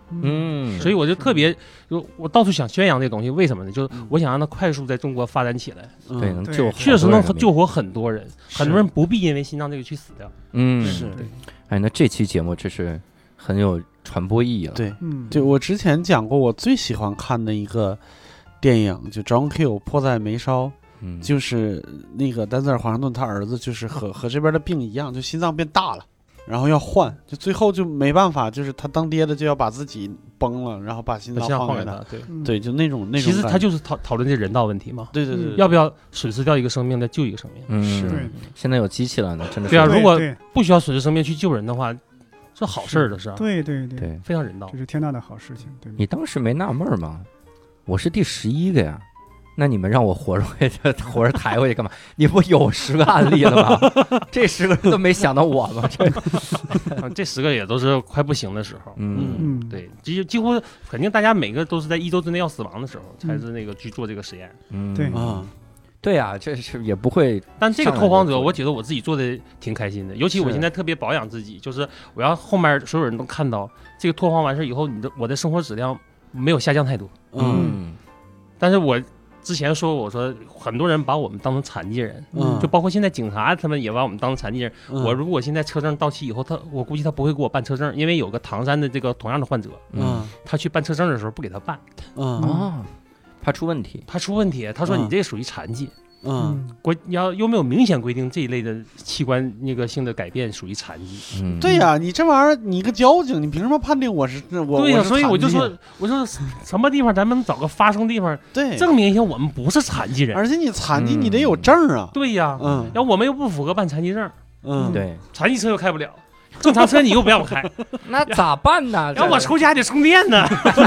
嗯， 所以我就特别，就我到处想宣扬这东西，为什么呢？就是我想让它快速在中国发展起来， 对，能救， 确实能救活很多人，很多人不必因为心脏这个去死掉。 嗯， 是。 哎，那这期节目这是很有传播意义了。 对，对我之前讲过，我最喜欢看的一个电影就 John Q 迫在眉梢。嗯，就是那个丹泽尔·华盛顿他儿子就是和和这边的病一样，就心脏变大了，然后要换，就最后就没办法，就是他当爹的就要把自己崩了，然后把心脏放给他， 对、 嗯、对，就那种那种。 其实他就是讨讨论这人道问题嘛。 对对 对, 对， 要不要损失掉一个生命再救一个生命？ 嗯， 是。 现在有机器了呢，真的是。 对啊，如果不需要损失生命去救人的话，是好事儿的是吧？ 对对对对， 非常人道， 这是天大的好事情。对， 你当时没纳闷吗？我是第十一个呀。那你们让我活着活着抬回去干嘛？你不有十个案例了吗？这十个人都没想到我吗？ 这这十个也都是快不行的时候。 嗯嗯， 对，几几乎肯定大家每个都是在一周之内要死亡的时候，才是那个去做这个实验。 嗯， 对啊，对啊，这是也不会。 但这个拓荒者，我觉得我自己做的挺开心的，尤其我现在特别保养自己，就是我要后面所有人都看到这个拓荒完事以后，你的我的生活质量没有下降太多。 嗯， 但是我。之前说我说很多人把我们当成残疾人， 嗯， 就包括现在警察他们也把我们当成残疾人。 嗯、 我如果现在车证到期以后，他我估计他不会给我办车证，因为有个唐山的这个同样的患者， 嗯， 他去办车证的时候不给他办， 嗯啊，怕出问题， 怕出问题。他说你这属于残疾。 嗯， 国要又没有明显规定这一类的器官那个性的改变属于残疾。 嗯，对呀、啊，你这玩意儿，你个交警，你凭什么判定我是我？ 对呀、 啊， 所以我就说，我说什么地方咱们找个发生地方， 对， 证明一下我们不是残疾人。 而且你残疾，你得有证啊。 对呀，嗯，然后我们又不符合办残疾证， 嗯， 对， 残疾车又开不了。正常车你又不让我开， 那咋办呢？ 然后我出去还得充电呢，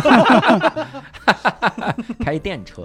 开电车。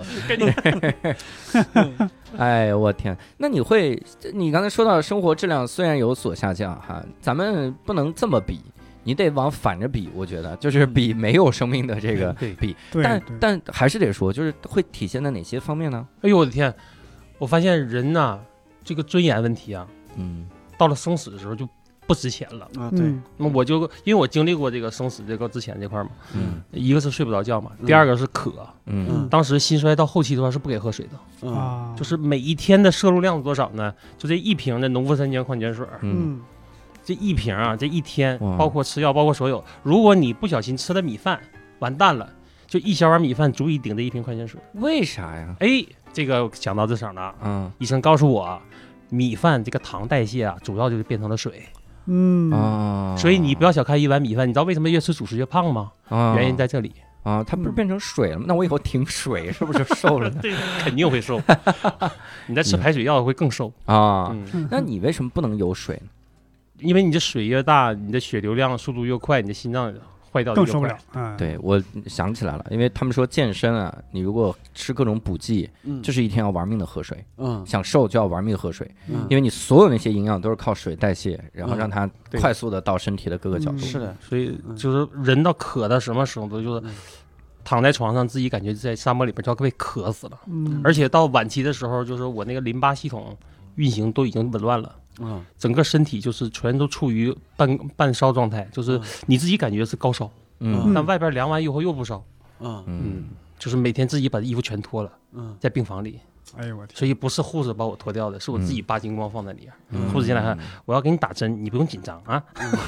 哎，我天！那你会，你刚才说到生活质量虽然有所下降哈，咱们不能这么比，你得往反着比。我觉得就是比没有生命的这个比，但但还是得说，就是会体现在哪些方面呢？ 哎呦我的天！我发现人呐、啊，这个尊严问题啊， 嗯， 到了生死的时候就不值钱了啊。对， 那么我就因为我经历过这个生死这个之前这块嘛， 嗯， 一个是睡不着觉嘛，第二个是渴， 嗯， 当时心衰到后期的话是不给喝水的啊， 就是每一天的摄入量是多少呢？就这一瓶的农夫山泉矿泉水， 嗯， 这一瓶啊，这一天包括吃药，包括所有，如果你不小心吃了米饭，完蛋了，就一小碗米饭足以顶着一瓶矿泉水。 为啥呀？ 哎，这个想到这省了， 嗯， 医生告诉我，米饭这个糖代谢啊，主要就是变成了水。 嗯啊， 所以你不要小看一碗米饭，你知道为什么越吃主食越胖吗？ 啊， 原因在这里啊，它不是变成水了吗？那我以后停水是不是瘦了呢？ 对，肯定会瘦。你在吃排水药会更瘦啊。那你为什么不能有水呢？ 因为你的水越大，你的血流量速度越快，你的心脏坏掉更受不了。嗯， 对，我想起来了，因为他们说健身啊，你如果吃各种补剂， 嗯， 就是一天要玩命的喝水， 嗯， 想瘦就要玩命的喝水， 嗯， 因为你所有那些营养都是靠水代谢，然后让它快速的到身体的各个角度。 是的， 所以就是人到渴到什么程度，就是躺在床上自己感觉在沙漠里边就要被渴死了。 嗯， 而且到晚期的时候，就是我那个淋巴系统运行都已经紊乱了。 嗯， 整个身体就是全都处于半半烧状态，就是你自己感觉是高烧， 嗯， 但外边凉完以后又不烧， 嗯嗯，就是每天自己把衣服全脱了， 嗯， 在病房里， 哎呦我天， 所以不是护士把我脱掉的，是我自己扒精光放在里边， 嗯、 护士进来看，我要给你打针，你不用紧张啊。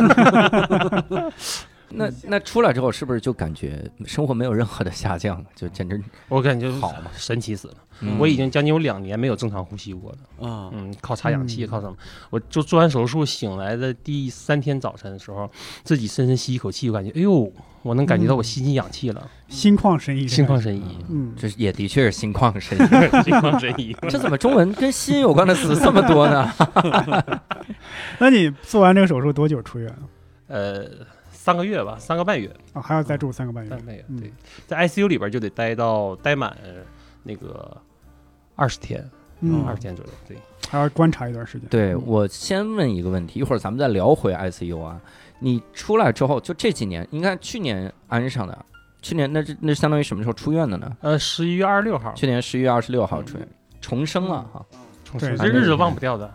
那那出来之后是不是就感觉生活没有任何的下降，就简直我感觉好嘛， 神奇死了。 嗯、 我已经将近有两年没有正常呼吸过了， 嗯嗯，靠插氧气，靠什么？我就做完手术醒来的第三天早晨的时候，自己深深吸一口气，我感觉，哎呦，我能感觉到我吸进氧气了， 心旷神怡， 心旷神怡， 嗯， 这也的确是心旷神怡， 心旷神怡。 这怎么中文跟心有关的词这么多呢？ 那你做完这个手术多久出院？ 呃。三个月吧，三个半月啊、哦，还要再住三个半月。 三个半月，对，在 I C U 里边就得待到待满那个二十天， 嗯， 二十天左右，对， 还要观察一段时间。 对，我先问一个问题，一会儿咱们再聊回 I C U 啊。你出来之后，就这几年，你看去年安上的，去年那那相当于什么时候出院的呢？ 呃，十一月二十六号， 去年十一月二十六号出院，重生了哈， 重生，这日子忘不掉的。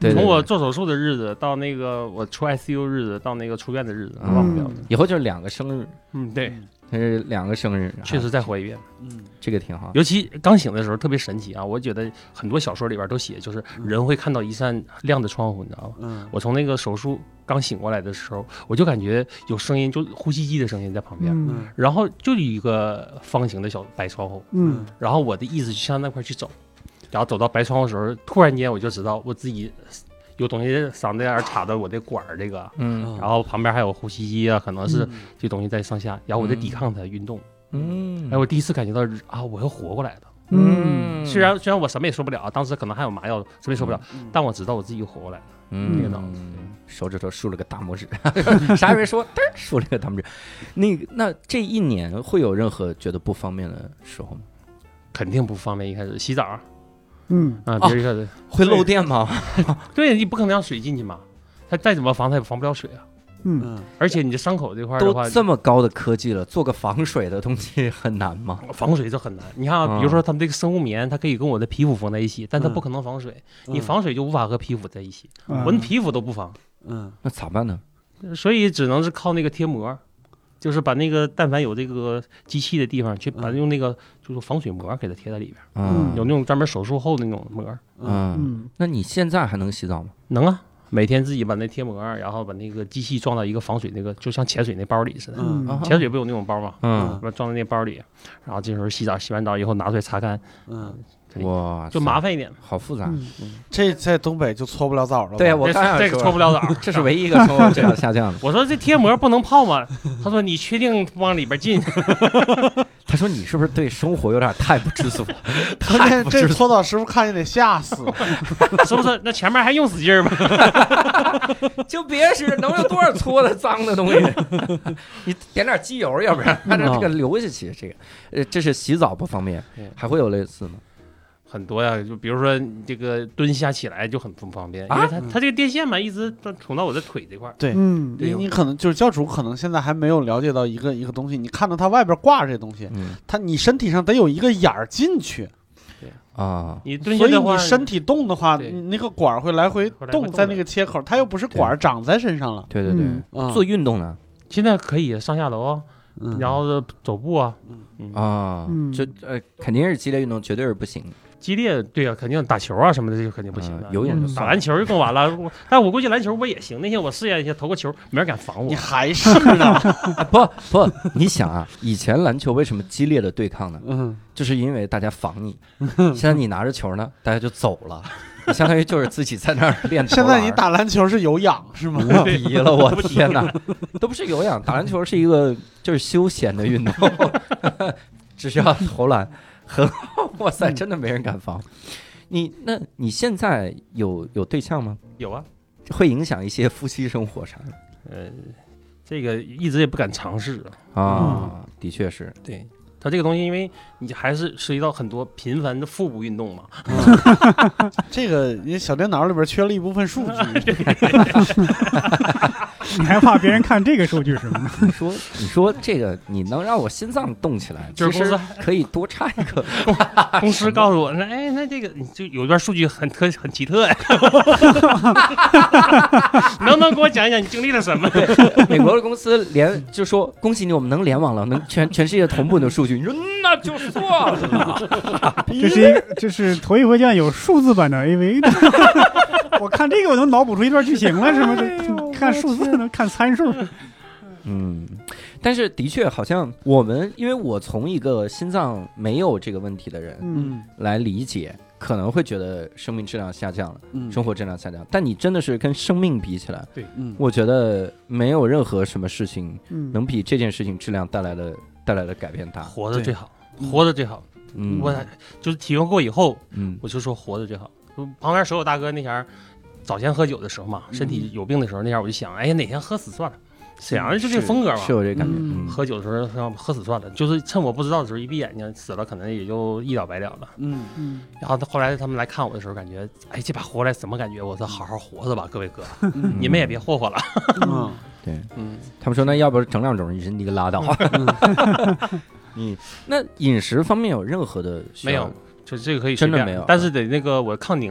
从我做手术的日子到那个我出 I C U 日子到那个出院的日子，忘不了的。 以后就是两个生日， 嗯，对， 它是两个生日， 确实再活一遍， 嗯， 这个挺好。 尤其刚醒的时候特别神奇啊！我觉得很多小说里边都写，就是人会看到一扇亮的窗户，你知道吗？嗯，我从那个手术刚醒过来的时候，我就感觉有声音，就呼吸机的声音在旁边，嗯，然后就一个方形的小白窗户，嗯，然后我的意识就向那块去走，然后走到白窗户的时候，突然间我就知道我自己有东西嗓子眼插到我的管儿这个，嗯，然后旁边还有呼吸机啊，可能是这东西在上下，然后我在抵抗它运动，嗯，哎，我第一次感觉到啊，我要活过来的，嗯，虽然虽然我什么也说不了啊，当时可能还有麻药，什么也说不了，嗯、但我知道我自己活过来了，嗯，那个脑子， 手指头竖了个大拇指，啥也没说，嘚竖了个大拇指，那个那这一年会有任何觉得不方便的时候吗？ 肯定不方便，一开始洗澡。 嗯啊，别人哦、会漏电吗？ 对，你不可能让水进去嘛，它再怎么防，它也防不了水啊。嗯，而且你这伤口这块的话， 都这么高的科技了，做个防水的东西很难吗？ 防水就很难。你看啊，比如说他们这个生物棉，它可以跟我的皮肤缝在一起，但它不可能防水。嗯、你防水就无法和皮肤在一起，嗯、我的皮肤都不防。 嗯，那咋办呢？ 所以只能是靠那个贴膜。就是把那个但凡有这个机器的地方，去把用那个就是防水膜给它贴在里边，嗯，有那种专门手术后的那种膜， 嗯，那你现在还能洗澡吗？ 能啊，每天自己把那贴膜，然后把那个机器装到一个防水那个，就像潜水那包里似的，嗯，潜水不有那种包吗？嗯，装在那包里，然后这时候洗澡，洗完澡以后拿出来擦干，嗯。 哇， 就麻烦一点， 好复杂。嗯嗯、这在东北就搓不了澡了。 对呀，我刚这个搓不了澡， 这是唯一一个说这样下降的。 我说这贴膜不能泡吗？他说你确定不往里边进？ 他说你是不是对生活有点太不知足？ 他这搓澡师傅看见得吓死， 是不是？那前面还用死劲儿吗？ 就别是能有多少搓的脏的东西？你点点机油，要不然它这个流下去。这个呃，这是洗澡不方便，还会有类似吗？ 很多呀，就比如说你这个蹲下起来就很不方便，因为它、啊、它这个电线嘛，一直捅到我的腿这块。 对，嗯，你你可能就是教主，可能现在还没有了解到一个一个东西，你看到它外边挂这东西，嗯，它你身体上得有一个眼儿进去。 对啊， 你蹲下的话， 所以你身体动的话，你那个管会来回动在那个切口，它又不是管长在身上了。 对对对，嗯、做运动呢， 现在可以上下楼。嗯、然后走步啊， 嗯啊，嗯、就呃肯定是激烈运动，绝对是不行。 激烈对啊，肯定打球啊什么的就肯定不行的。 有氧就打篮球就更完了，但我估计篮球我也行。那天我试验一下投个球，没人敢防我。 你还是呢？ 不不，你想啊，以前篮球为什么激烈的对抗呢？嗯，就是因为大家防你。现在你拿着球呢，大家就走了。相当于就是自己在那儿练。 现在你打篮球是有氧是吗？ 无敌了，我天哪，都不是有氧，打篮球是一个就是休闲的运动，只需要投篮，很好。哇塞，真的没人敢防。你那你现在有有对象吗？ 有啊， 会影响一些夫妻生活啥的。 呃，这个一直也不敢尝试啊，嗯、的确是对。它这个东西，因为你还是涉及到很多频繁的腹部运动嘛。 嗯、这个你小电脑里边缺了一部分数据， 你还怕别人看这个数据是吗？ 你说，你说这个你能让我心脏动起来， 就是公司可以多插一个。 公司告诉我，那哎，那这个就有一段数据很特很奇特呀。能不能给我讲一讲你经历了什么？ 美国的公司联就说恭喜你，我们能联网了，能全全世界同步的数据。你说那就算了， 这是一个，这是头一回见有数字版的 A V 的。我看这个我能脑补出一段剧情了，是吗？这看数字能看参数。 嗯，但是的确好像我们，因为我从一个心脏没有这个问题的人，嗯，来理解，可能会觉得生命质量下降了，嗯，生活质量下降。但你真的是跟生命比起来， 对， 嗯，我觉得没有任何什么事情能比这件事情质量带来的。带来的改变大， 活得最好，活得最好。嗯，我就是体验过以后，嗯，我就说活得最好。旁边所有大哥那前儿早先喝酒的时候嘛，身体有病的时候，那前我就想，哎呀，哪天喝死算了。沈阳就这个风格嘛， 是有这感觉。 嗯，喝酒的时候让喝死算了，就是趁我不知道的时候一闭眼睛死了，可能也就一了百了了。嗯嗯。然后后来他们来看我的时候，感觉，哎，这把活来什么感觉？我说好好活着吧，各位哥，嗯、你们也别霍霍了。 嗯，对，嗯，他们说那要不整两种，你你个拉倒。你那饮食方面有任何的没有？就这个可以真的没有， 但是得那个我抗凝嘛。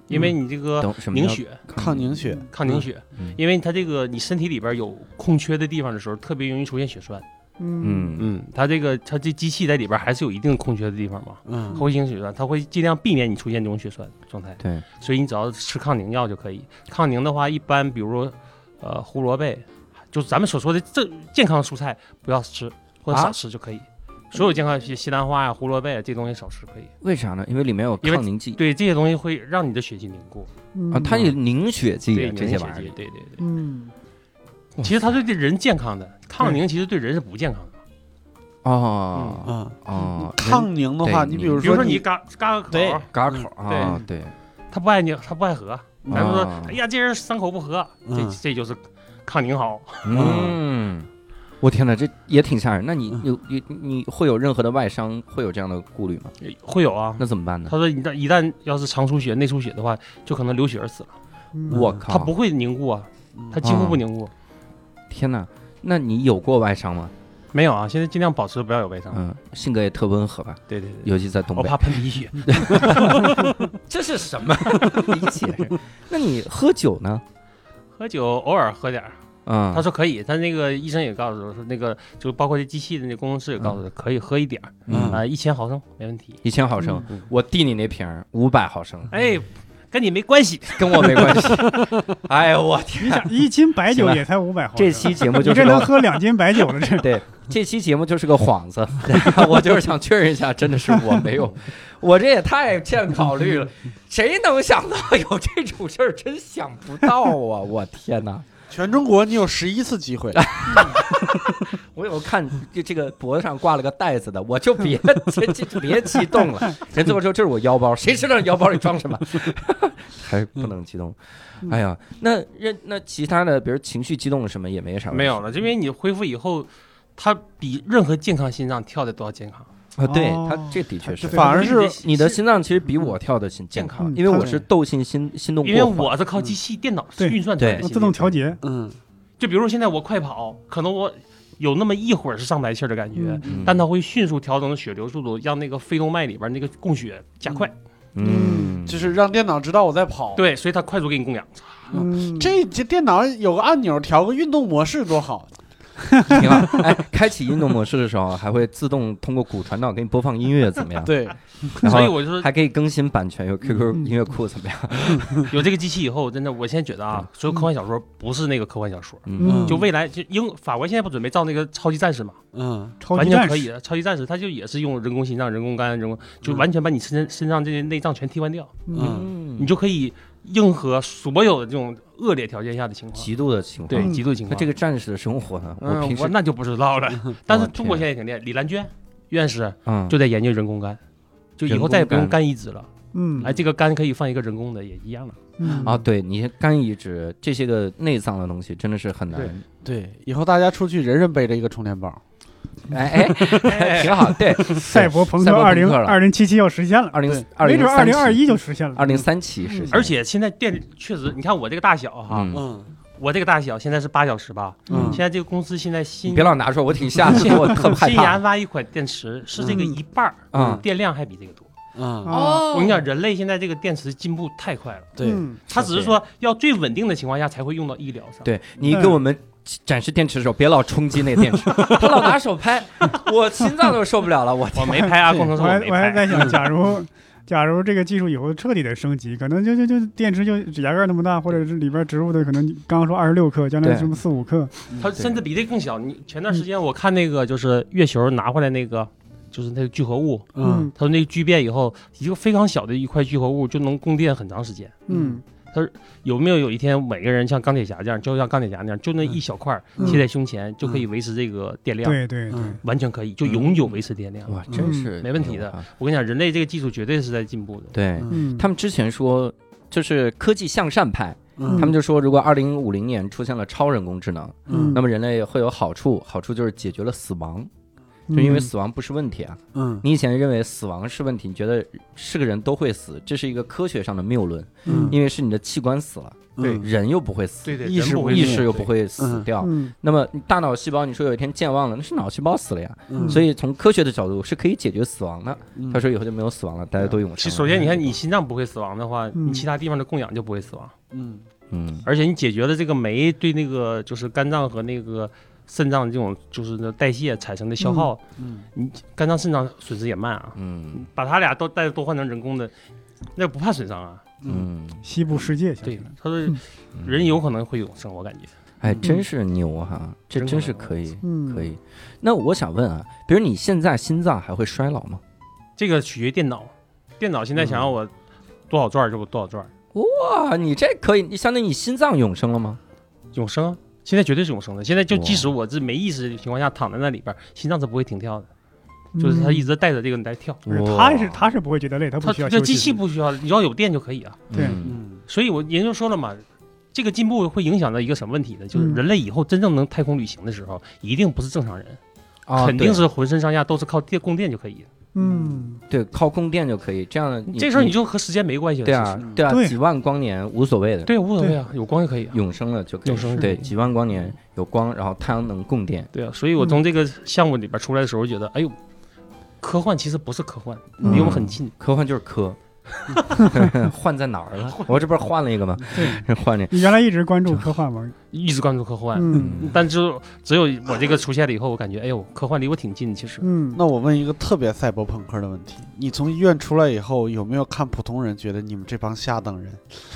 因为你这个凝血、 抗凝血、 抗凝血，因为它这个你身体里边有空缺的地方的时候，特别容易出现血栓。 嗯嗯，它这个它这机器在里边还是有一定空缺的地方嘛，嗯，它会形成血栓，它会尽量避免你出现这种血栓状态。 对， 所以你只要吃抗凝药就可以。抗凝的话，一般比如说呃胡萝卜，就是咱们所说的这健康蔬菜不要吃或者少吃就可以。啊所有健康西兰花呀、胡萝卜呀这东西少吃可以。 为啥呢？因为里面有抗凝剂。 对，这些东西会让你的血气凝固。 啊，它有凝血剂， 对这些玩意儿。 对对对。 嗯， 其实它是对人健康的，抗凝其实对人是不健康的。 哦， 嗯哦， 抗凝的话，你比如说， 比如说你嘎嘎个口， 对， 嘎口啊，对， 他不爱你，他不爱喝，咱们说，哎呀，这人伤口不和，这这就是抗凝好。 嗯。我天哪，这也挺吓人。那你有你你会有任何的外伤，会有这样的顾虑吗？ 会有啊。 那怎么办呢？ 他说一旦一旦要是肠出血、内出血的话，就可能流血而死了。 我靠！ 它不会凝固啊，它几乎不凝固。 天哪，那你有过外伤吗？ 没有啊，现在尽量保持不要有外伤。 嗯，性格也特温和吧？ 对对对， 尤其在东北。 我怕喷鼻血。 这是什么理解？那你喝酒呢？ 喝酒偶尔喝点儿。 嗯， 他说可以，他那个医生也告诉我说，那个就包括这机器的那工程师也告诉他可以喝一点儿，嗯啊，一千毫升没问题， 一千毫升，我递你那瓶儿五百毫升， 哎，跟你没关系， 跟我没关系，哎呀，我天， 一斤白酒也才五百毫升， 这期节目就是这能喝两斤白酒了，这对，这期节目就是个幌子，我就是想确认一下，真的是我没有，我这也太欠考虑了，谁能想到有这种事儿？真想不到啊，我天哪！ 全中国你有十一次机会， 我有看这这个脖子上挂了个袋子的，我就别这这别激动了。人最后说这是我腰包，谁知道腰包里装什么？还是不能激动。哎呀，那那那其他的，比如情绪激动什么也没啥。 没有了，因为你恢复以后，它比任何健康心脏跳的都要健康。 啊，对他这的确是， 反而是你的心脏其实比我跳的心健康，因为我是窦性心心动过缓， 因为我是靠机器电脑运算出来的， 自动调节。 嗯，就比如说现在我快跑，可能我有那么一会儿是上白气的感觉，但它会迅速调整血流速度，让那个肺动脉里边那个供血加快。 嗯，就是让电脑知道我在跑。 对，所以它快速给你供氧。 嗯，这这电脑有个按钮调个运动模式多好。 挺好，哎，开启运动模式的时候，还会自动通过骨传导给你播放音乐，怎么样？ 对， 所以我就说还可以更新版权，有 Q Q 音乐库，怎么样？ 有这个机器以后，真的，我现在觉得啊，所有科幻小说不是那个科幻小说， 嗯， 就未来就英法国现在不准备造那个超级战士嘛？ 嗯， 完全可以的，超级战士它就也是用人工心脏、人工肝、人工，就完全把你身身上这些内脏全替换掉，嗯，你就可以应和所有的这种恶劣条件下的情况， 极度的情况， 对，极度情况。 那这个战士的生活呢？ 我平时我那就不知道了。但是中国现在也挺厉害，李兰娟院士就在研究人工肝，就以后再也不用肝移植了。嗯，哎，这个肝可以放一个人工的，也一样的。 啊，对，你肝移植这些个内脏的东西真的是很难。 对，以后大家出去人人背着一个充电宝。 哎哎，挺好。对， 赛博朋克二零二零七七要实现了， 二零没准二零二一就实现了， 二零三七实现。 而且现在电确实，你看我这个大小哈，嗯，我这个大小现在是八小时吧，嗯，现在这个公司现在新， 别老拿出来，我挺吓人，我特害怕。 新研发一款电池是这个一半儿，电量还比这个多。 嗯哦，我跟你讲，人类现在这个电池进步太快了。 对， 它只是说要最稳定的情况下才会用到医疗上。 对，你给我们展示电池的时候，别老冲击那个电池，他老拿手拍，我心脏都受不了了。我我没拍啊，工程师我没拍。 我还在想，假如假如这个技术以后彻底的升级，可能就就就电池就指甲盖那么大，或者是里边植入的可能刚刚说二十六克，将来什么四五克， 它甚至比这更小。你前段时间我看那个就是月球拿回来那个。就是那个聚合物，嗯，他说那个聚变以后，一个非常小的一块聚合物就能供电很长时间， 嗯， 他说有没有有一天每个人像钢铁侠这样，就像钢铁侠那样，就那一小块贴在胸前、嗯、就可以维持这个电量， 对对对， 完全可以，就永久维持电量， 哇，真是、 嗯、没问题的。我跟你讲，人类这个技术绝对是在进步的。 对、嗯、他们之前说就是科技向善派。嗯、他们就说，如果二零五零年出现了超人工智能，嗯，那么人类会有好处，好处就是解决了死亡。 就因为死亡不是问题啊。嗯，你以前认为死亡是问题，你觉得是个人都会死，这是一个科学上的谬论。嗯，因为是你的器官死了。对，人又不会死， 对对， 意识意识又不会死掉。那么大脑细胞，你说有一天健忘了，那是脑细胞死了呀。所以从科学的角度是可以解决死亡的。他说以后就没有死亡了，大家都永生。 首先，你看你心脏不会死亡的话，你其他地方的供氧就不会死亡。嗯嗯，而且你解决了这个酶对那个就是肝脏和那个肾脏这种就是那代谢产生的消耗，嗯，你肝脏肾脏损失也慢啊。嗯，把它俩都再都换成人工的，那不怕损伤啊。 嗯，西部世界对，他说人有可能会永生，我感觉， 哎，真是牛哈，这真是可以，可以。那我想问啊，比如你现在心脏还会衰老吗？ 这个取决于电脑，电脑现在想让我多少转就多少转。 哇，你这可以，你相当于你心脏永生了吗？ 永生啊，现在绝对是永生的。现在就即使我这没意识的情况下躺在那里边，心脏是不会停跳的。就是他一直带着这个来跳， 他是他是不会觉得累，他不需要休息。 这机器不需要，只要有电就可以啊。 对， 嗯，所以我研究说了嘛，这个进步会影响到一个什么问题呢？就是人类以后真正能太空旅行的时候，一定不是正常人，肯定是浑身上下都是靠电供电就可以。 嗯， 对，靠供电就可以。这样这事儿你就和时间没关系了。 对啊，对啊，几万光年无所谓的。 对，无所谓啊，有光就可以， 永生了就可以。永生对，几万光年有光，然后太阳能供电。 对啊，所以我从这个项目里边出来的时候，觉得哎呦。科幻其实不是科幻，离我们很近。 嗯、科幻就是科，换在哪儿了？我这不是换了一个吗？ 对， 换了。 你原来一直关注科幻吗？ 一直关注科幻，嗯，但只有只有我这个出现了以后，我感觉，哎呦，科幻离我挺近。其实， 嗯，那我问一个特别赛博朋克的问题：你从医院出来以后，有没有看普通人觉得你们这帮下等人？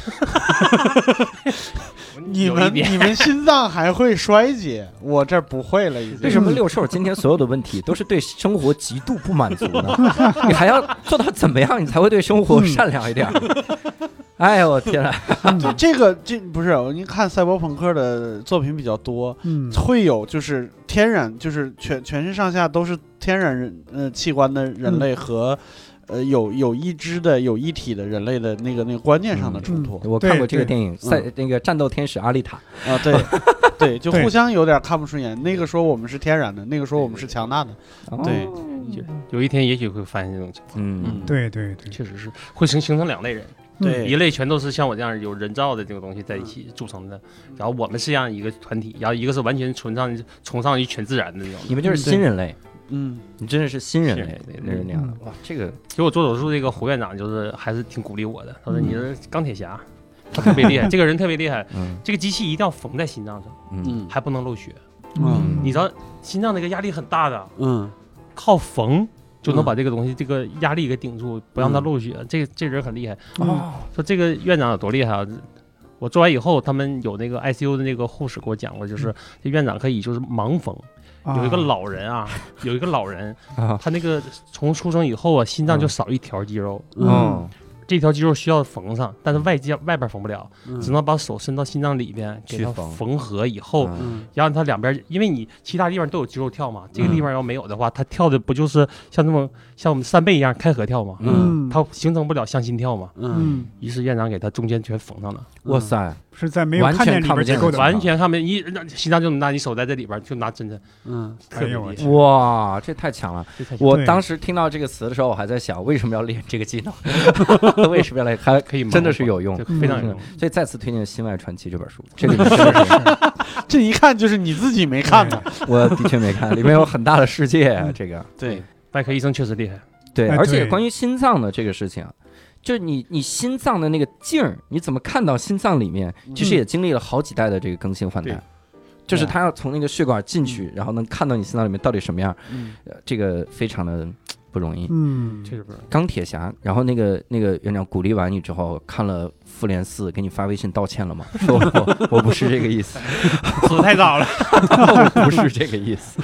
你们你们心脏还会衰竭，我这不会了已经。 为什么六兽今天所有的问题都是对生活极度不满足呢？你还要做到怎么样，你才会对生活善良一点？哎呦我天啊！ 就这个这不是您看赛博朋克的作品比较多，嗯，会有就是天然就是全全身上下都是天然人呃器官的人类和。嗯呃，有有一只的有一体的人类的那个那个观念上的冲突， 嗯、我看过这个电影，赛、嗯、那个战斗天使阿丽塔啊，对对，就互相有点看不顺眼。那个说我们是天然的，那个说我们是强大的，对， 哦、有一天也许会发现这种情况。 嗯，对对对， 确实是会形形成两类人。对，一类全都是像我这样有人造的这个东西在一起组成的，然后我们是这样一个团体，然后一个是完全崇尚崇尚于全自然的那种。 你们就是新人类。嗯，你真的是新人类，那是那样的哇！这个给我做手术这个胡院长就是还是挺鼓励我的，他说你是钢铁侠，他特别厉害，这个人特别厉害。嗯，这个机器一定要缝在心脏上，嗯，还不能漏血。嗯，你知道心脏那个压力很大的，嗯，靠缝就能把这个东西这个压力给顶住，不让它漏血。这这人很厉害。哦，说这个院长有多厉害啊！我做完以后，他们有那个 I C U 的那个护士给我讲过，就是这院长可以就是盲缝。有一个老人啊，有一个老人，他那个从出生以后啊，心脏就少一条肌肉，嗯，这条肌肉需要缝上，但是外界外边缝不了，只能把手伸到心脏里边给它缝合以后，然后它两边，因为你其他地方都有肌肉跳嘛，这个地方要没有的话，它跳的不就是像那么像我们扇贝一样开合跳嘛，嗯，它形成不了向心跳嘛，嗯，于是院长给它中间全缝上了， 哇塞。 是在没有看见里边结构的， 完全看不见，一心脏就拿你手在这里边，就拿针针，嗯，特别厉害， 哇，这太强了！我当时听到这个词的时候，我还在想，为什么要练这个技能？为什么要来？还可以，真的是有用， 非常有用。 所以再次推荐《心外传奇》这本书，这个真的是， 这一看就是你自己没看的， 我的确没看，里面有很大的世界啊，这个对，外科医生确实厉害， 对，而且关于心脏的这个事情啊。就是你，你心脏的那个镜儿，你怎么看到心脏里面？其实也经历了好几代的这个更新换代，嗯、就是他要从那个血管进去，嗯、然后能看到你心脏里面到底什么样，嗯呃、这个非常的不容易。 嗯， 确实不容易。 钢铁侠，然后那个那个院长鼓励完你之后，看了复联四，给你发微信道歉了吗？说我我不是这个意思， 死太早了， 我不是这个意思。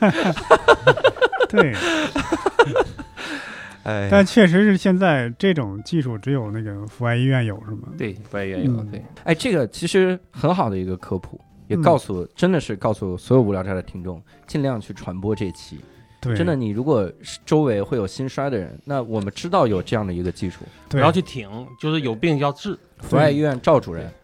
对。哎，但确实是现在这种技术只有那个阜外医院有，是吗？ 对，阜外医院有。嗯、对， 哎，这个其实很好的一个科普，也告诉、嗯、真的是告诉所有无聊斋的听众，尽量去传播这期。对，真的，你如果周围会有心衰的人，那我们知道有这样的一个技术， 不要去挺，就是有病要治。 阜外医院赵主任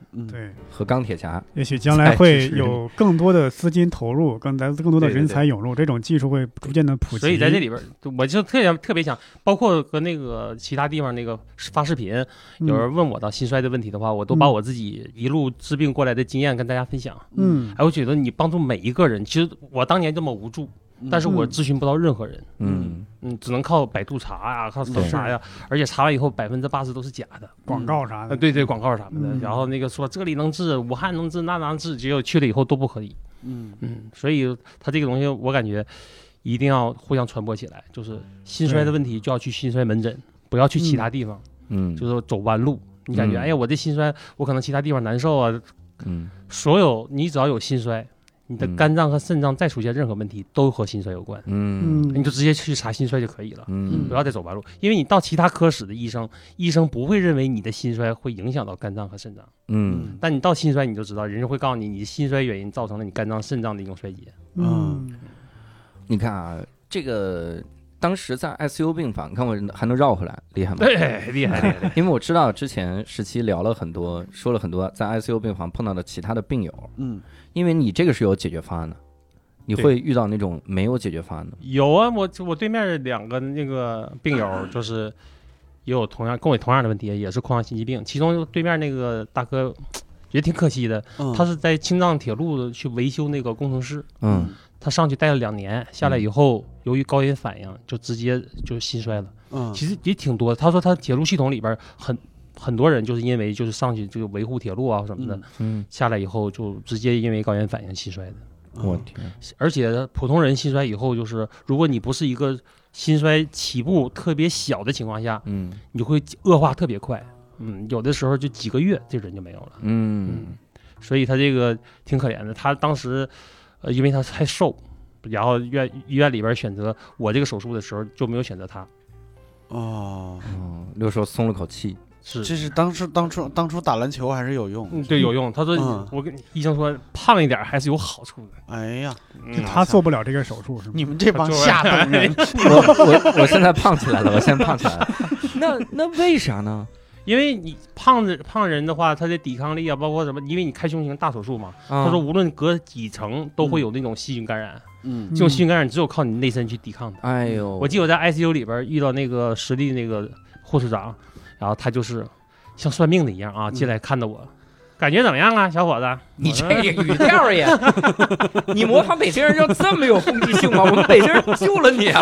对， 和钢铁侠， 也许将来会有更多的资金投入，更来自更多的人才涌入，这种技术会逐渐的普及。 所以在这里边，我就特别特别想，包括和那个其他地方那个发视频，有人问我到心衰的问题的话，我都把我自己一路治病过来的经验跟大家分享。 嗯， 哎，我觉得你帮助每一个人，其实我当年这么无助。但是我咨询不到任何人，嗯嗯，只能靠百度查呀，靠搜查呀，而且查完以后百分之八十都是假的， 广告啥的， 对对，广告啥的，然后那个说这里能治，武汉能治，那能治，结果去了以后都不可以，嗯嗯，所以他这个东西我感觉一定要互相传播起来，就是心衰的问题就要去心衰门诊，不要去其他地方，嗯，就是走弯路，你感觉哎呀我这心衰，我可能其他地方难受啊，嗯，所有你只要有心衰。你的肝脏和肾脏再出现任何问题，都和心衰有关。嗯，你就直接去查心衰就可以了。嗯，不要再走弯路，因为你到其他科室的医生，医生不会认为你的心衰会影响到肝脏和肾脏。嗯，但你到心衰，你就知道，人家会告诉你，你的心衰原因造成了你肝脏、肾脏的一种衰竭。嗯， 你看啊，这个当时在 I C U 病房，你看我还能绕回来，厉害吗？ 对，厉害厉害。 因为我知道之前十七聊了很多，说了很多在 I C U 病房碰到的其他的病友。嗯。因为你这个是有解决方案的，你会遇到那种没有解决方案的。 有啊，我我对面两个那个病友就是也有同样跟我同样的问题，也是扩张心肌病。其中对面那个大哥也挺可惜的，嗯、他是在青藏铁路去维修那个工程师，嗯，他上去待了两年，下来以后、嗯、由于高原反应就直接就心衰了。嗯，其实也挺多的。他说他铁路系统里边很。很多人就是因为就是上去这个维护铁路啊什么的，嗯，下来以后就直接因为高原反应心衰的。 我天！ 而且普通人心衰以后，就是如果你不是一个心衰起步特别小的情况下，嗯，你会恶化特别快，嗯，有的时候就几个月这人就没有了，嗯，嗯所以他这个挺可怜的。他当时，呃，因为他太瘦，然后院医院里边选择我这个手术的时候就没有选择他。 哦，嗯，六叔松了口气。 是，这是当初当初当初打篮球还是有用， 嗯、对，有用。他说，嗯、我跟医生说，胖一点还是有好处的。 哎呀， 嗯、他做不了这个手术是吗？ 你们这帮下等人， 我我我现在胖起来了，我现在胖起来了。那那为啥呢？ 因为你胖子胖人的话，他的抵抗力啊，包括什么，因为你开胸型大手术嘛。嗯、他说，无论隔几层都会有那种细菌感染。嗯，这种细菌感染只有靠你内身去抵抗的。 哎呦， 我记得我在 I C U 里边遇到那个实力那个护士长。然后他就是像算命的一样啊，进来看到我，嗯、感觉怎么样啊，小伙子？ 你这个语调也，你模仿北京人就这么有攻击性吗？我们北京人救了你啊！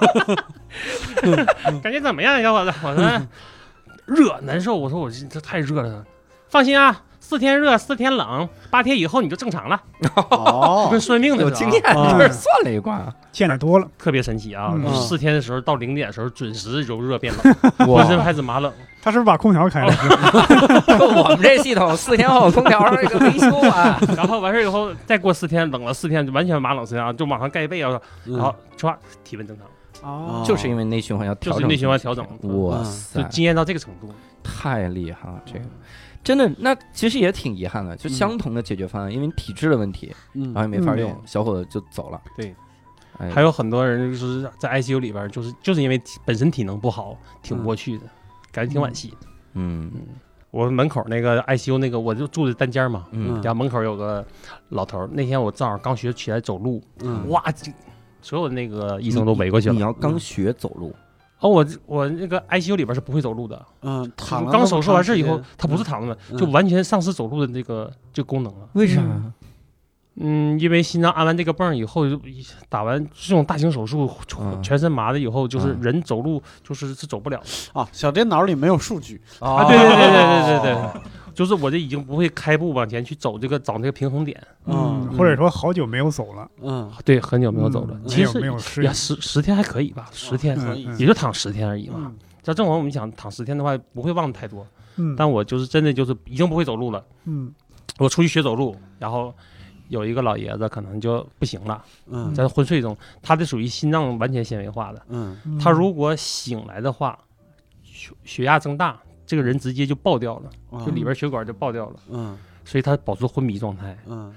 感觉怎么样，小伙子？我说热难受，我说我这太热了。放心啊，四天热，四天冷，八天以后你就正常了。哦，跟算命的有经验，就是算了一卦， 见得多了， 特别神奇啊！嗯、四天的时候到零点的时候准时由热变冷，浑身开始麻冷。 他是不是把空调开了？ 我们这系统四天后空调这个维修啊， 然后完事以后再过四天冷了四天，就完全麻冷四天啊，就马上盖被啊，然后唰体温正常。 哦，就是因为内循环要调整， 就是内循环调整。 哇塞， 就惊艳到这个程度， 太厉害了，这个。真的，那其实也挺遗憾的，就相同的解决方案，嗯、因为体质的问题，嗯，然后也没法用，嗯、小伙子就走了。 对，哎、还有很多人就是在 I C U 里边，就是就是因为本身体能不好，挺不过去的，嗯、感觉挺惋惜的。嗯嗯，我门口那个 I C U 那个，我就住的单间嘛，嗯，然后门口有个老头，那天我正好刚学起来走路，嗯，哇，所有的那个医生都围过去了。 你要刚学走路。 哦，我我那个 I C U 里边是不会走路的，嗯，躺刚手术完事以后，他不是躺着的，嗯、就完全丧失走路的这个这个功能了。 为啥？ 嗯，因为心脏安完这个泵以后，打完这种大型手术，嗯、全身麻了以后，就是人走路就是是走不了的啊。小电脑里没有数据啊，对对对对对对对。就是我这已经不会开步往前去走这个找这个平衡点， 嗯，或者说好久没有走了， 嗯，对，很久没有走了。 嗯、 其实没有呀，十十天还可以吧，十天可以，也就躺十天而已嘛。像正好我们想躺十天的话，不会忘的太多。嗯，但我就是真的就是已经不会走路了。嗯，我出去学走路，然后有一个老爷子可能就不行了，嗯，在昏睡中，他这属于心脏完全纤维化的，嗯，他如果醒来的话，血血压增大。这个人直接就爆掉了，就里边血管就爆掉了，嗯，所以他保持昏迷状态，嗯，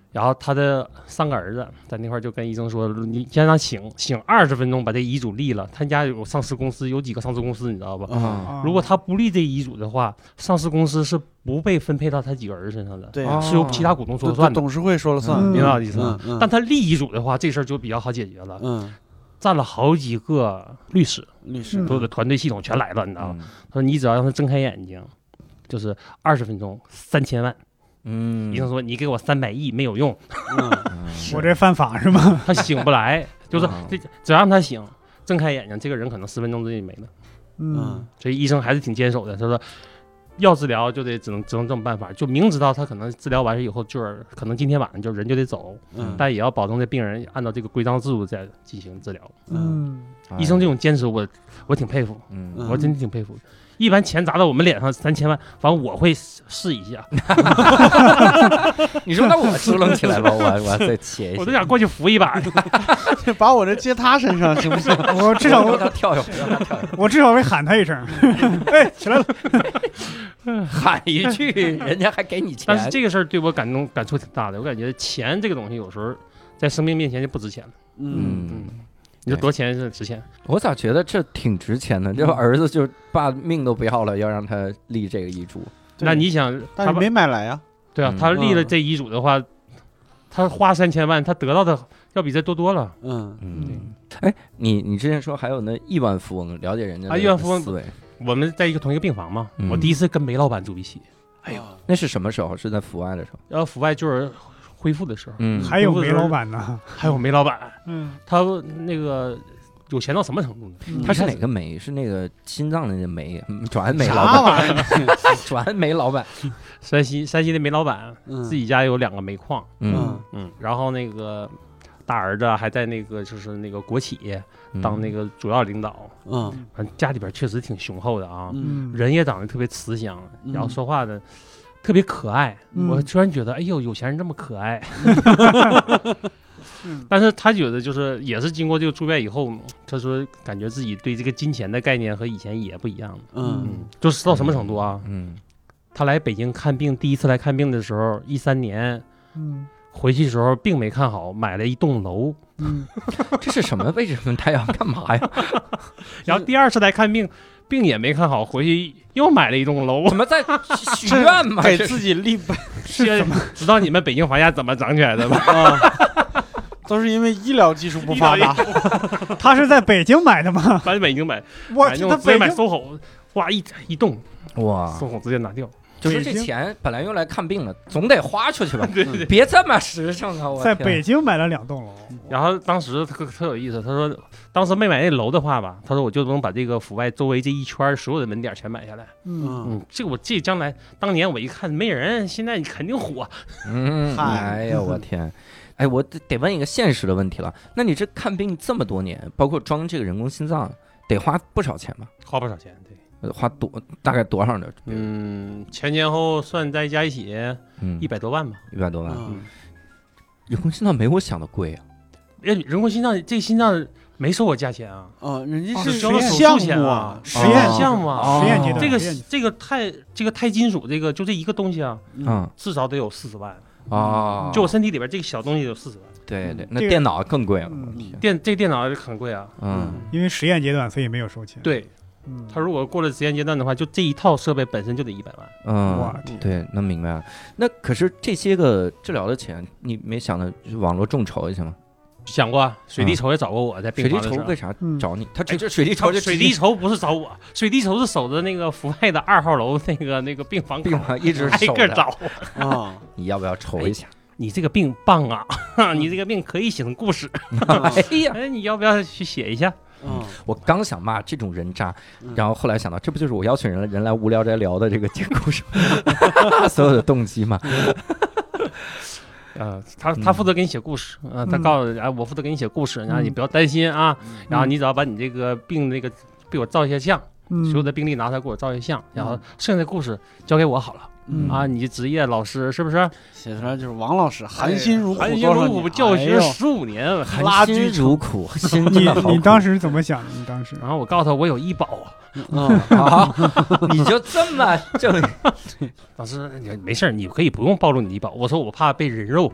然后他的三个儿子在那块就跟医生说，你先让醒醒二十分钟，把这遗嘱立了。他家有上市公司，有几个上市公司你知道吧？ 啊， 如果他不立这遗嘱的话，上市公司是不被分配到他几个儿子身上的， 对、 啊，是由其他股东说了算的， 董事会说了算， 明白我意思吗？ 嗯嗯、 但他立遗嘱的话，这事儿就比较好解决了。 嗯， 占了好几个律师， 律师所有的团队系统全来了，你知道吗？他说你只要让他睁开眼睛，就是二十分钟三千万。嗯，医生说你给我三百亿没有用， 嗯、我这犯法是吗？ 他醒不来，就是这只要让他醒，睁开眼睛，这个人可能十分钟之内没了。 嗯， 所以医生还是挺坚守的。他说要治疗就得只能只能这么办法，就明知道他可能治疗完事以后就是可能今天晚上就人就得走，嗯，但也要保证这病人按照这个规章制度在进行治疗。 嗯， 医生这种坚持我我挺佩服，嗯，我真挺佩服。一般钱砸到我们脸上三千万，反正我会试一下。 你说那我支棱起来吧，我我再切一下， 我都想过去扶一把， 把我这接他身上行不行？ 我至少让他跳一会儿，让他跳一会儿， 我至少会喊他一声，哎，起来了， 喊一句，人家还给你钱。 但是这个事儿对我感动感触挺大的，我感觉钱这个东西有时候在生命面前就不值钱了。嗯嗯。你说多钱是值钱？ 我咋觉得这挺值钱的？这儿子就把命都不要了，要让他立这个遗嘱。 那你想， 他没买来呀？ 对啊，他立了这遗嘱的话，他花三千万，他得到的要比这多多了。 嗯嗯。哎，你你之前说还有那亿万富翁，了解人家啊，亿万富翁思维。 我们在一个同一个病房嘛，我第一次跟煤老板住一起。哎呦， 那是什么时候？是在阜外的时候？ 然后阜外就是。恢复的时候， 嗯，还有煤老板呢， 还有煤老板， 嗯， 他那个有钱到什么程度呢？ 嗯、他是哪个煤？是那个心脏的那煤，转煤老板，转煤老板， 山西山西的煤老板，嗯、自己家有两个煤矿， 嗯嗯，然后那个大儿子还在那个就是那个国企当那个主要领导，嗯，反正家里边确实挺雄厚的啊，嗯，人也长得特别慈祥，嗯、然后说话的。特别可爱，嗯、我突然觉得，哎呦，有钱人这么可爱。但是他觉得就是也是经过这个住院以后，他说感觉自己对这个金钱的概念和以前也不一样了。嗯，嗯就是到什么程度啊？嗯，他来北京看病，第一次来看病的时候，一三年，嗯，回去的时候病没看好，买了一栋楼。 嗯， 这是什么？为什么他要干嘛呀？ 然后第二次来看病。病也没看好，回去又买了一栋楼。 怎么在许愿吗？ 给自己立碑是什么？知道你们北京房价怎么涨起来的吗？啊， 都是因为医疗技术不发达。 他是在北京买的吗？ 在北京买， 我买那种直接买 S O H O， 哇一一栋， 哇 ，S O H O 直接拿掉。 就是这钱本来用来看病了，总得花出去吧？对对对，别这么实诚啊！我在北京买了两栋楼， 然后当时特特有意思，他说当时没买那楼的话吧，他说我就能把这个阜外周围这一圈所有的门店全买下来。嗯嗯，这个我这将来当年我一看没人，现在你肯定火。 嗯，哎呀我天！哎，我得得问一个现实的问题了，那你这看病这么多年，包括装这个人工心脏，得花不少钱吧？ 花不少钱，对。 花多大概多少呢？ 嗯，前前后算再加一起，嗯，一百多万吧， 一百多万。嗯，人工心脏没我想的贵啊！ 哎，人工心脏这心脏没收我价钱啊！ 啊，人家是交了手术钱啊， 实验项目啊， 实验阶段。 这个这个钛这个钛金属这个就这一个东西啊，嗯，至少得有四十万啊！ 就我身体里边这个小东西有四十万。 对对，那电脑更贵了。 电这电脑很贵啊， 嗯， 因为实验阶段所以没有收钱。 对。嗯，他如果过了实验阶段的话，就这一套设备本身就得一百万。 嗯，哇，对，能明白了。那可是这些个治疗的钱，你没想着网络众筹一下吗？ 想过，水滴筹也找过我，在病房的时候。 水滴筹为啥找你？他这水滴筹， 水滴筹不是找我，水滴筹是守着那个阜外的二号楼那个那个病房， 病房一直挨个找啊。 你要不要筹一下？ 你这个病棒啊，你这个病可以写成故事。哎呀，哎，你要不要去写一下？ 嗯，我刚想骂这种人渣，然后后来想到，这不就是我邀请人人来无聊斋聊的这个这个故事，所有的动机嘛。 呃，他他负责给你写故事，呃，他告诉哎，我负责给你写故事，然后你不要担心啊，然后你只要把你这个病那个给我照一下相，所有的病例拿出来给我照一下相，然后剩下的故事交给我好了。 啊，你职业老师是不是？ 写出来就是王老师含辛茹苦， 含辛茹苦教学十五年， 含辛茹苦，辛你你当时怎么想的？你当时？ 然后我告诉他我有医保啊。 嗯，好，你就这么正。 老师，你没事，你可以不用暴露你医保。我说我怕被人肉。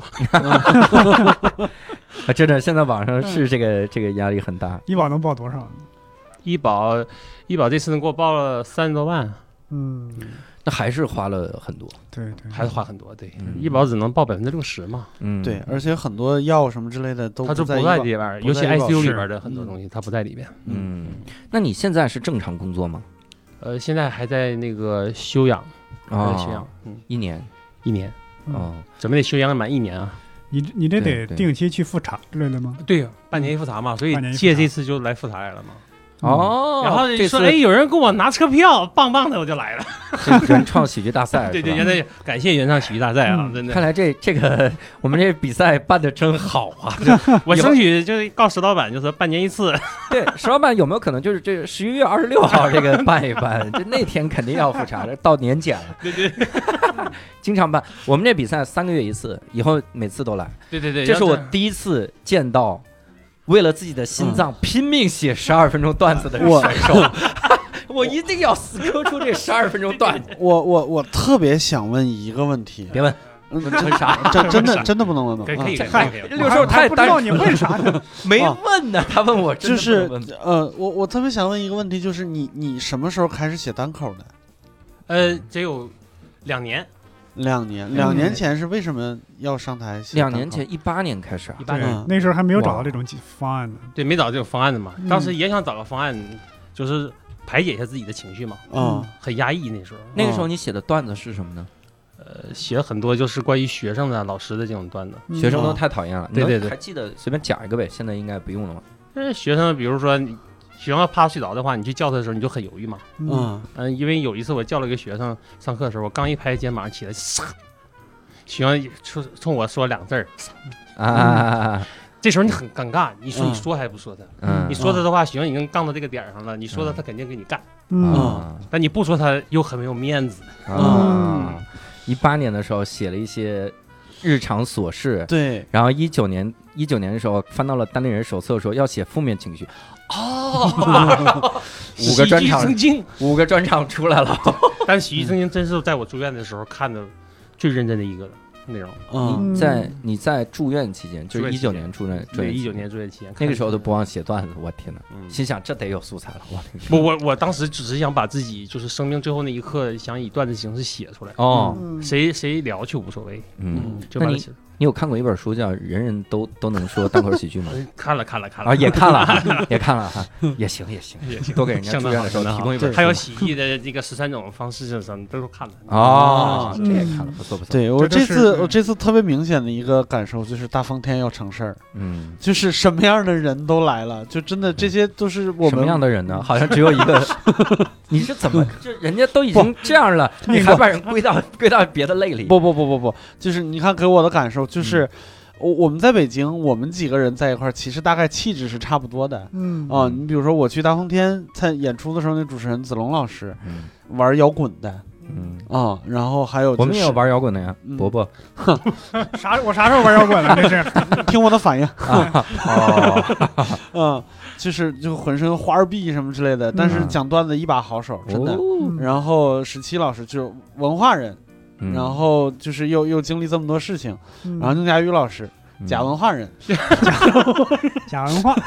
真的，现在网上是这个这个压力很大。 医保能报多少？ 医保，医保这次给我报了三十多万。 嗯， 那还是花了很多。 对对， 还是花很多。对，嗯、医保只能报百分之六十嘛。 嗯，对，而且很多药什么之类的都它就不在里边，尤其 I C U 里边的很多东西它不在里边。 嗯，那你现在是正常工作吗？ 呃，现在还在那个休养，还在休养，嗯， 一年， 一年， 哦， 准备得休养满一年啊。 你你这得定期去复查之类的吗？ 对呀，半年一复查嘛，所以借这次就来复查来了嘛。 哦， 然后说哎，有人给我拿车票，棒棒的，我就来了。 原创喜剧大赛， 对对，原来感谢原创喜剧大赛啊，真的。 看来这这个我们这比赛办的真好啊！ 我争取就告石老板，就说半年一次。 对，石老板有没有可能就是这十一月二十六号这个办一办？就那天肯定要复查，到年检了。 对对， 经常办。我们这比赛三个月一次，以后每次都来。 对对对， 这是我第一次见到。为了自己的心脏拼命写十二分钟段子的选手，我一定要死磕出这十二分钟段子。 我我我特别想问一个问题， 别问， 问啥？真真的真的不能问吗？ 可以可以可以。 六兽太不知道你问啥呢？ 没问呢，他问我就是呃，我我特别想问一个问题，就是你你什么时候开始写单口的？ 呃，只有两年。 两年，两年前是为什么要上台写？ 两年前，一八年开始啊， 一八年那时候还没有找到这种方案呢。 对，没找这种方案的嘛。当时也想找个方案，就是排解一下自己的情绪嘛。 嗯， 很压抑那时候。 那个时候你写的段子是什么呢？ 呃，写了很多就是关于学生的、老师的这种段子。 学生都太讨厌了。 对对对， 还记得随便讲一个呗？现在应该不用了吗？ 那学生，比如说你。学生怕睡着的话，你去叫他的时候你就很犹豫嘛。 嗯嗯，因为有一次我叫了一个学生上课的时候，我刚一拍肩膀起来，学生冲冲我说两字儿啊， 这时候你很尴尬，你说你说还不说他？嗯，你说他的话，学生已经杠到这个点上了，你说他他肯定给你干。 嗯， 但你不说他又很没有面子。 啊，一八年的时候写了一些日常琐事， 对， 然后一九年一九年的时候翻到了单立人手册，说要写负面情绪。哦，五个专场，五个专场出来了。 但喜剧曾经真是在我住院的时候看的最认真的一个内容。 嗯，你在你在住院期间，就是一九年住院， 对，一九年住院期间， 那个时候都不忘写段子，我天哪！心想这得有素材了，我不，我我当时只是想把自己就是生命最后那一刻，想以段子形式写出来。 哦， 谁谁聊去无所谓。嗯，就把它写。 你有看过一本书叫《人人都都能说单口喜剧》吗？ 看了看了看了啊，也看了，也看了哈，也行也行也行，多给人家住院的时候提供一本。 还有喜剧的这个十三种方式什么都看了。 哦，这也看了，不错不错。 对我这次我这次特别明显的一个感受就是大风天要成事儿，嗯，就是什么样的人都来了，就真的这些都是我们什么样的人呢？好像只有一个，你是怎么就人家都已经这样了，你还把人归到归到别的类里？ 不不不不不，就是你看给我的感受。就是，我我们在北京，我们几个人在一块儿，其实大概气质是差不多的。嗯啊，你比如说我去大风天在演出的时候，那主持人子龙老师，嗯、玩摇滚的，嗯啊，然后还有、就是、 我们也有玩摇滚的呀，嗯、伯伯。 啥？我啥时候玩摇滚了？这是听我的反应啊。哦， 嗯，就是就浑身花臂什么之类的，但是讲段子一把好手，真的。哦、然后史七老师就是文化人。嗯、然后就是又又经历这么多事情，嗯、然后宁佳宇老师，嗯、假文化人， 假文化，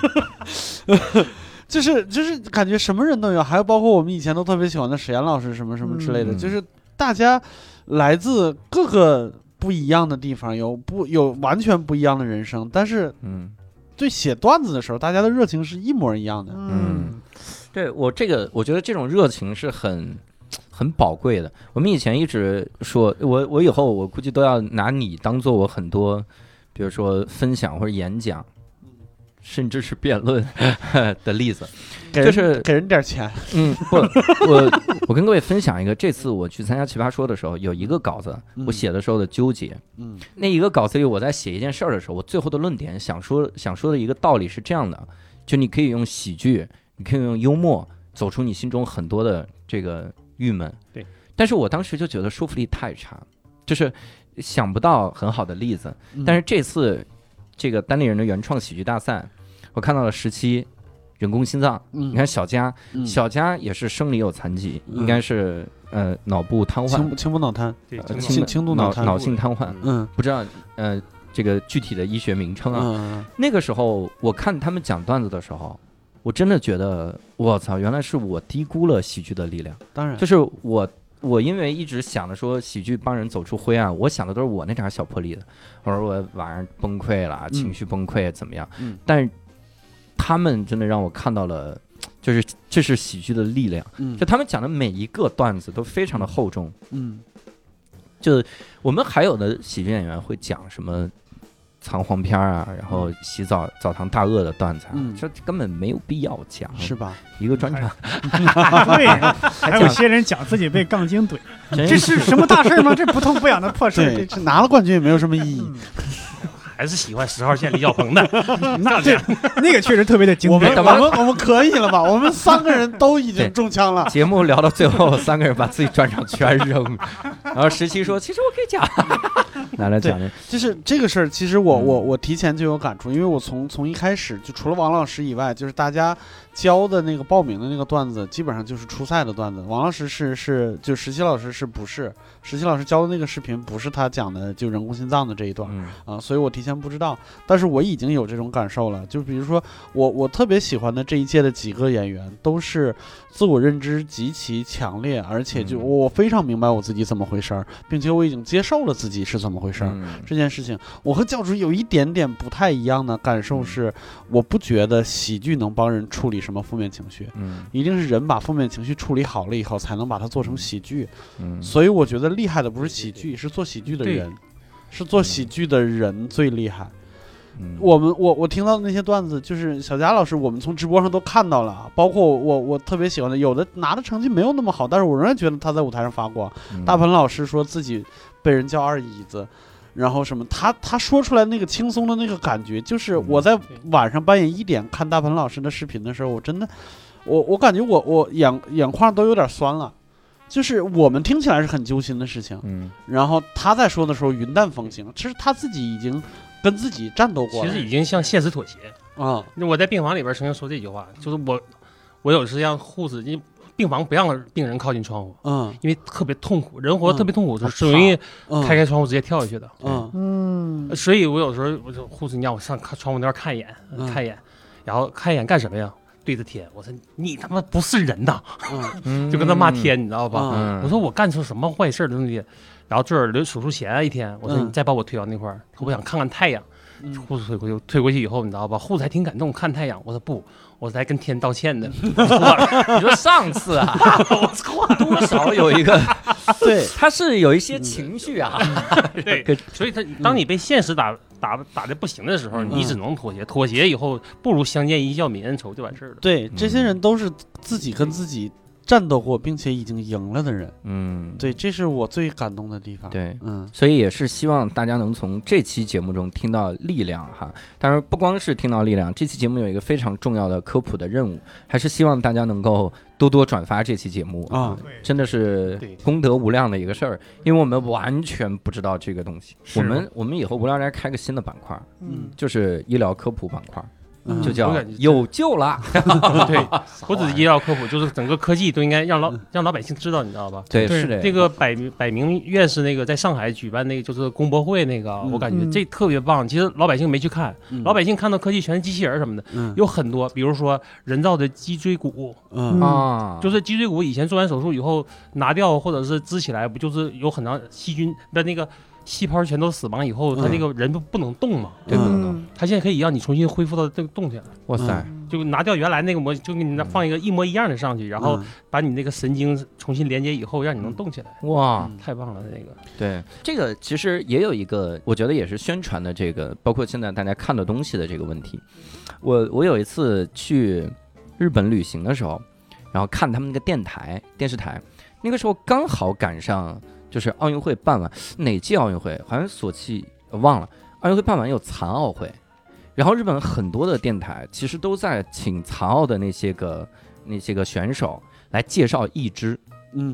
就是就是感觉什么人都有，还有包括我们以前都特别喜欢的史岩老师什么什么之类的，嗯、就是大家来自各个不一样的地方，有不有完全不一样的人生，但是嗯，对写段子的时候，大家的热情是一模一样的。 嗯，对我这个我觉得这种热情是很。很宝贵的。我们以前一直说，我我以后我估计都要拿你当做我很多，比如说分享或者演讲，甚至是辩论的例子，就是给人点钱。 嗯，不，我我跟各位分享一个，这次我去参加奇葩说的时候，有一个稿子，我写的时候的纠结。嗯，那一个稿子里，我在写一件事儿的时候，我最后的论点想说想说的一个道理是这样的，就你可以用喜剧，你可以用幽默，走出你心中很多的这个郁闷。 对， 但是我当时就觉得说服力太差，就是想不到很好的例子。 嗯、 但是这次这个单立人的原创喜剧大赛，我看到了十七人工心脏， 嗯、 你看小佳，嗯、小佳也是生理有残疾，嗯、应该是呃脑部瘫痪， 轻轻部脑瘫， 呃、 轻轻度脑瘫， 脑性瘫痪， 嗯， 不知道呃这个具体的医学名称啊。 嗯、 那个时候我看他们讲段子的时候，我真的觉得我操，原来是我低估了喜剧的力量。 当然， 就是我我因为一直想着说喜剧帮人走出灰暗，我想的都是我那点小魄力的，我说我晚上崩溃了，情绪崩溃怎么样？ 嗯， 但是他们真的让我看到了，就是这是喜剧的力量。 嗯， 就他们讲的每一个段子都非常的厚重。 嗯， 就我们还有的喜剧演员会讲什么藏黄片啊，然后洗澡澡堂大鳄的段子， 嗯， 这根本没有必要讲， 是吧？ 一个专场， 对，还有些人讲自己被杠精怼，这是什么大事吗？这不痛不痒的破事， 这拿了冠军也没有什么意义。 嗯还是喜欢十号线李小鹏的， 那这那个确实特别的经典。 我们我们我们可以了吧？我们三个人都已经中枪了。 节目聊到最后，三个人把自己专场全扔，然后十七说：“其实我可以讲。”拿来讲， 就是这个事儿。其实我、嗯、我我提前就有感触，因为我从从一开始就除了王老师以外，就是大家教的那个报名的那个段子，基本上就是初赛的段子。王老师是是就石溪老师是不是？石溪老师教的那个视频不是他讲的就人工心脏的这一段、嗯、啊，所以我提前不知道，但是我已经有这种感受了。就比如说我我特别喜欢的这一届的几个演员，都是自我认知极其强烈，而且就我非常明白我自己怎么回事儿，并且我已经接受了自己是怎么回事儿、嗯、这件事情。我和教主有一点点不太一样的感受是，我不觉得喜剧能帮人处理什么负面情绪，嗯，一定是人把负面情绪处理好了以后，才能把它做成喜剧。嗯，所以我觉得厉害的不是喜剧，是做喜剧的人，是做喜剧的人最厉害。嗯、我们我我听到的那些段子，就是小佳老师，我们从直播上都看到了，包括我我特别喜欢的，有的拿的成绩没有那么好，但是我仍然觉得他在舞台上发光。嗯、大鹏老师说自己被人叫二椅子。然后什么，他他说出来那个轻松的那个感觉，就是我在晚上半夜一点看大鹏老师的视频的时候，我真的，我我感觉我我眼眼眶都有点酸了，就是我们听起来是很揪心的事情，嗯，然后他在说的时候云淡风轻，其实他自己已经跟自己战斗过了， 其实已经向现实妥协啊、嗯。我在病房里边曾经说这句话，就是我我有时让护士，因为病房不让病人靠近窗户，嗯，因为特别痛苦，人活得特别痛苦，嗯、是容易开开窗户直接跳下去的，嗯嗯，所以我有时候我就护士，你让我上窗户那边看一眼，嗯、看一眼，然后看一眼干什么呀？对着天，我说你他妈不是人呐，嗯、就跟他骂天，你知道吧？嗯、我说我干出什么坏事的东西，然后这儿留手术前一天，我说你再把我推到那块儿，嗯、我想看看太阳。护士推过去，推过去以后，你知道吧？护士还挺感动，看太阳。我说不，我是来跟天道歉的。 你说上次啊，我错多少有一个，对，他是有一些情绪啊。 对，所以他当你被现实打打打的不行的时候，你只能妥协。妥协以后，不如相见一笑泯恩仇就完事儿了。 对，这些人都是自己跟自己战斗过并且已经赢了的人，嗯，对，这是我最感动的地方。 对，嗯，所以也是希望大家能从这期节目中听到力量哈。当然不光是听到力量，这期节目有一个非常重要的科普的任务，还是希望大家能够多多转发这期节目啊，真的是功德无量的一个事儿，因为我们完全不知道这个东西。我们我们以后无聊斋开个新的板块，嗯，就是医疗科普板块。就叫有救了， 对，不止医疗科普，就是整个科技都应该让老让老百姓知道，你知道吧？ 对，是的。 这个百百名院士那个在上海举办那个就是公博会那个，嗯、我感觉这特别棒。其实老百姓没去看，嗯、老百姓看到科技全是机器人什么的，嗯、有很多，比如说人造的脊椎骨，嗯啊，就是脊椎骨以前做完手术以后拿掉或者是支起来，不就是有很长细菌的那个。细胞全都死亡以后，他这个人不不能动嘛？对，不能动。他现在可以让你重新恢复到这个动起来。 哇塞！ 就拿掉原来那个模，就给你放一个一模一样的上去，然后把你那个神经重新连接以后，让你能动起来。 哇， 太棒了！这个对这个其实也有一个，我觉得也是宣传的这个，包括现在大家看的东西的这个问题。我我有一次去日本旅行的时候，然后看他们那个电台电视台，那个时候刚好赶上。就是奥运会办完，哪届奥运会？好像索契忘了。奥运会办完有残奥会，然后日本很多的电台其实都在请残奥的那些个那些个选手来介绍义肢。嗯，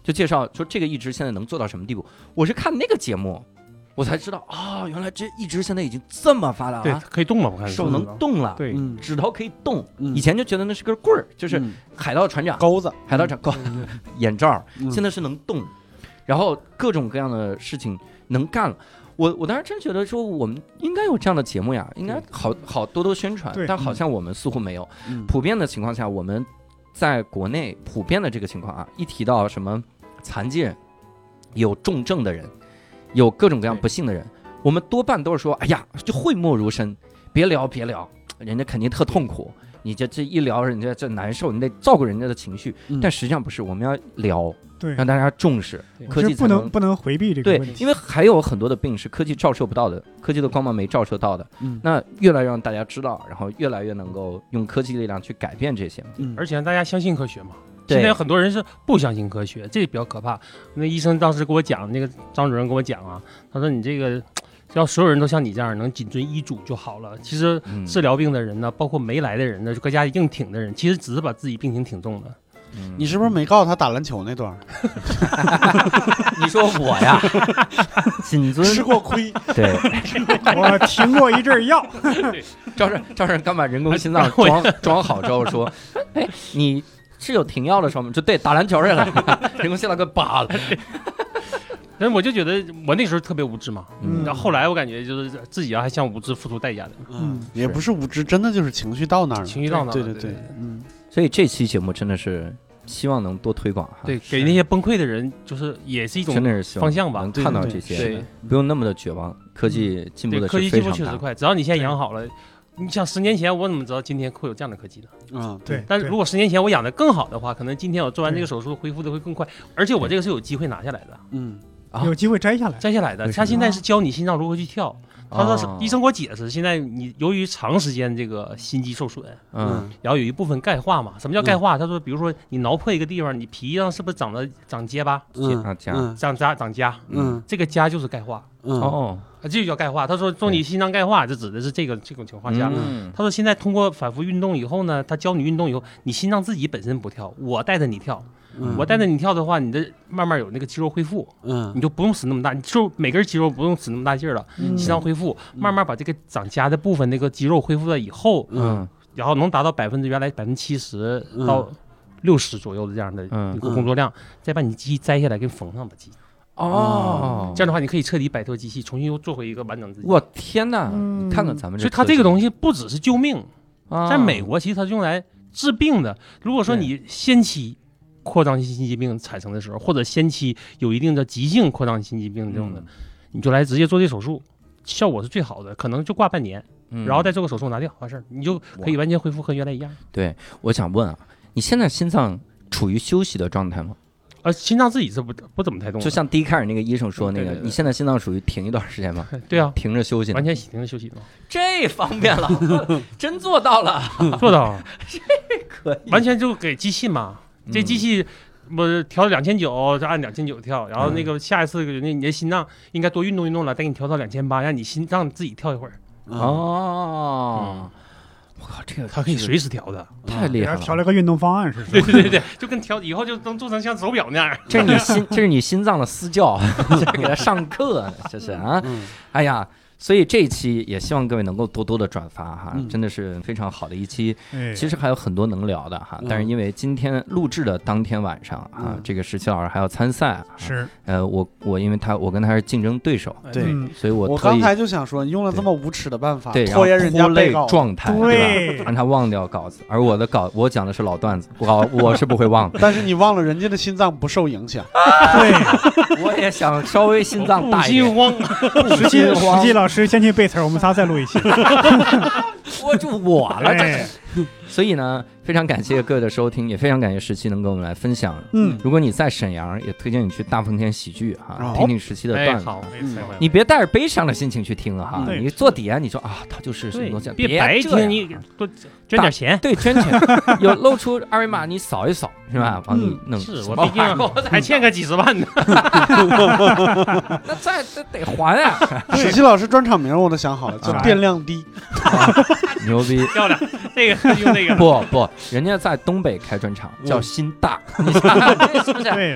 就介绍说这个义肢现在能做到什么地步。我是看那个节目，我才知道啊、哦，原来这义肢现在已经这么发达了， 对，可以动了，我看手能动了， 对， 指头可以动。 嗯、 以前就觉得那是根棍儿，就是海盗船长钩子， 海盗船钩眼罩，现在是能动，然后各种各样的事情能干了。我我当时真觉得说我们应该有这样的节目呀，应该好好多多宣传，但好像我们似乎没有。 嗯、 普遍的情况下，我们在国内普遍的这个情况啊，一提到什么残疾人、有重症的人、有各种各样不幸的人，我们多半都是说，哎呀，就讳莫如深，别聊别聊，人家肯定特痛苦。你这这一聊，人家这难受，你得照顾人家的情绪。嗯、但实际上不是，我们要聊， 对， 让大家重视科技， 不能不能回避这个问题。 对，因为还有很多的病是科技照射不到的，科技的光芒没照射到的。嗯，那越来越让大家知道，然后越来越能够用科技力量去改变这些。 嗯，而且让大家相信科学嘛。现在有很多人是不相信科学，这比较可怕。那医生当时给我讲，那个张主任给我讲啊，他说你这个。要所有人都像你这样能谨遵医嘱就好了。其实治疗病的人呢，包括没来的人呢，搁家里硬挺的人，其实只是把自己病情挺重的。 嗯、你是不是没告诉他打篮球那段？ 你说我呀，谨遵吃过亏， 对， 我停过一阵药。 赵胜赵胜刚把人工心脏装装好之后说，哎，你是有停药的时候吗？就对，打篮球去了，人工心脏给拔了。 但是我就觉得我那时候特别无知嘛，嗯，然后后来我感觉就是自己要还向无知付出代价的， 嗯，也不是无知，真的就是情绪到那儿了， 情绪到那儿， 对对对，嗯， 所以这期节目真的是希望能多推广哈， 对，给那些崩溃的人就是也是一种真的是方向吧， 能看到这些， 对， 不用那么的绝望，科技进步的科技进步确实快，只要你现在养好了。你想十年前我怎么知道今天会有这样的科技呢？ 嗯， 对。 但如果十年前我养的更好的话，可能今天我做完这个手术恢复的会更快，而且我这个是有机会拿下来的。 嗯。 啊、有机会摘下来， 摘下来的。他现在是教你心脏如何去跳。他说是医生给我解释，现在你由于长时间这个心肌受损，嗯，然后有一部分钙化嘛。什么叫钙化？嗯、他说，比如说你挠破一个地方，你皮上是不是长了长结巴？ 嗯， 长痂长痂，嗯，这个痂就是钙化。 嗯、 哦，这就叫钙化。他说，说你心脏钙化，这指的是这个这种情况下。嗯、他说，现在通过反复运动以后呢，他教你运动以后，你心脏自己本身不跳，我带着你跳。嗯、我带着你跳的话，你的慢慢有那个肌肉恢复，嗯，你就不用使那么大，你就每根肌肉不用使那么大劲儿了，嗯、心脏恢复，慢慢把这个长痂的部分那个肌肉恢复了以后，嗯，然后能达到百分之原来百分之七十到六十左右的这样的一个工作量，嗯、再把你机器摘下来给缝上吧机。哦，这样的话你可以彻底摆脱机器，重新又做回一个完整自己。 我天哪，嗯、看看咱们这， 所以它这个东西不只是救命，啊、在美国其实它是用来治病的。如果说你先期扩张性心肌病产生的时候，或者先期有一定的急性扩张性心肌病这种的，嗯、你就来直接做这手术，效果是最好的，可能就挂半年，嗯、然后再做个手术拿掉，完事儿，你就可以完全恢复和原来一样。 对，我想问啊，你现在心脏处于休息的状态吗？ 呃，心脏自己是不不怎么太动， 就像第一开始那个医生说那个，嗯、对对对，你现在心脏属于停一段时间吗？ 对啊， 停着休息， 完全停着休息吗？ 这方便了，真做到了， 做到了， 这可以， 完全就给机器嘛。这机器我调两千九，就按两千九跳，然后那个下一次人家你的心脏应该多运动运动了，再给你调到两千八，让你心脏自己跳一会儿。 哦，我靠，这个它可以随时调的， 太厉害了！ 调了个运动方案是？ 对对对对，就跟调以后就能做成像手表那样。 这是你心，这是你心脏的私教，这是给他上课，这是啊。哎呀。所以这一期也希望各位能够多多的转发哈，嗯、真的是非常好的一期。嗯、其实还有很多能聊的哈，嗯、但是因为今天录制的当天晚上啊，嗯、这个十七老师还要参赛， 是呃，我我因为他我跟他是竞争对手， 对， 嗯、所以我我刚才就想说，你用了这么无耻的办法， 对， 拖延人家被告状态，对吧？让他忘掉稿子，而我的稿我讲的是老段子，我我是不会忘的。 但是你忘了人家的心脏不受影响， 对， 我也想稍微心脏大一点。 不心慌， 不心慌。实际老师先去背词儿。我们仨再录一期， 我就我了，这是。所以呢，非常感谢各位的收听，也非常感谢十七能跟我们来分享。嗯，如果你在沈阳，也推荐你去大风天喜剧哈，哦、听听十七的段子。 嗯、 你别带着悲伤的心情去听哈，嗯、你坐底下你说啊，他就是什么东西， 别白听，你多捐点钱， 对，捐钱，有露出二维码你扫一扫是吧？帮你弄。 是我毕竟我还欠个几十万呢， 那再得还啊。 十七老师专场名我都想好了，叫电量低， 牛逼， 漂亮，这个用这个。 不不，人家在东北开专场叫心大，你想这是不是？ 对，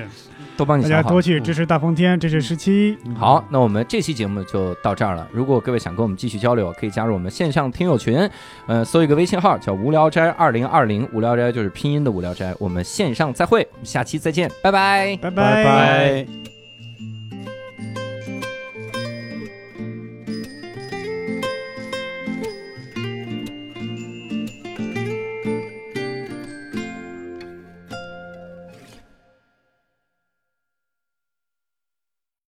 都帮你想好， 大家多去支持大风天，支持十七。 好，那我们这期节目就到这儿了。如果各位想跟我们继续交流，可以加入我们线上听友群，呃，搜一个微信号叫无聊斋二零二零，无聊斋就是拼音的无聊斋。我们线上再会，下期再见，拜拜， 拜拜拜。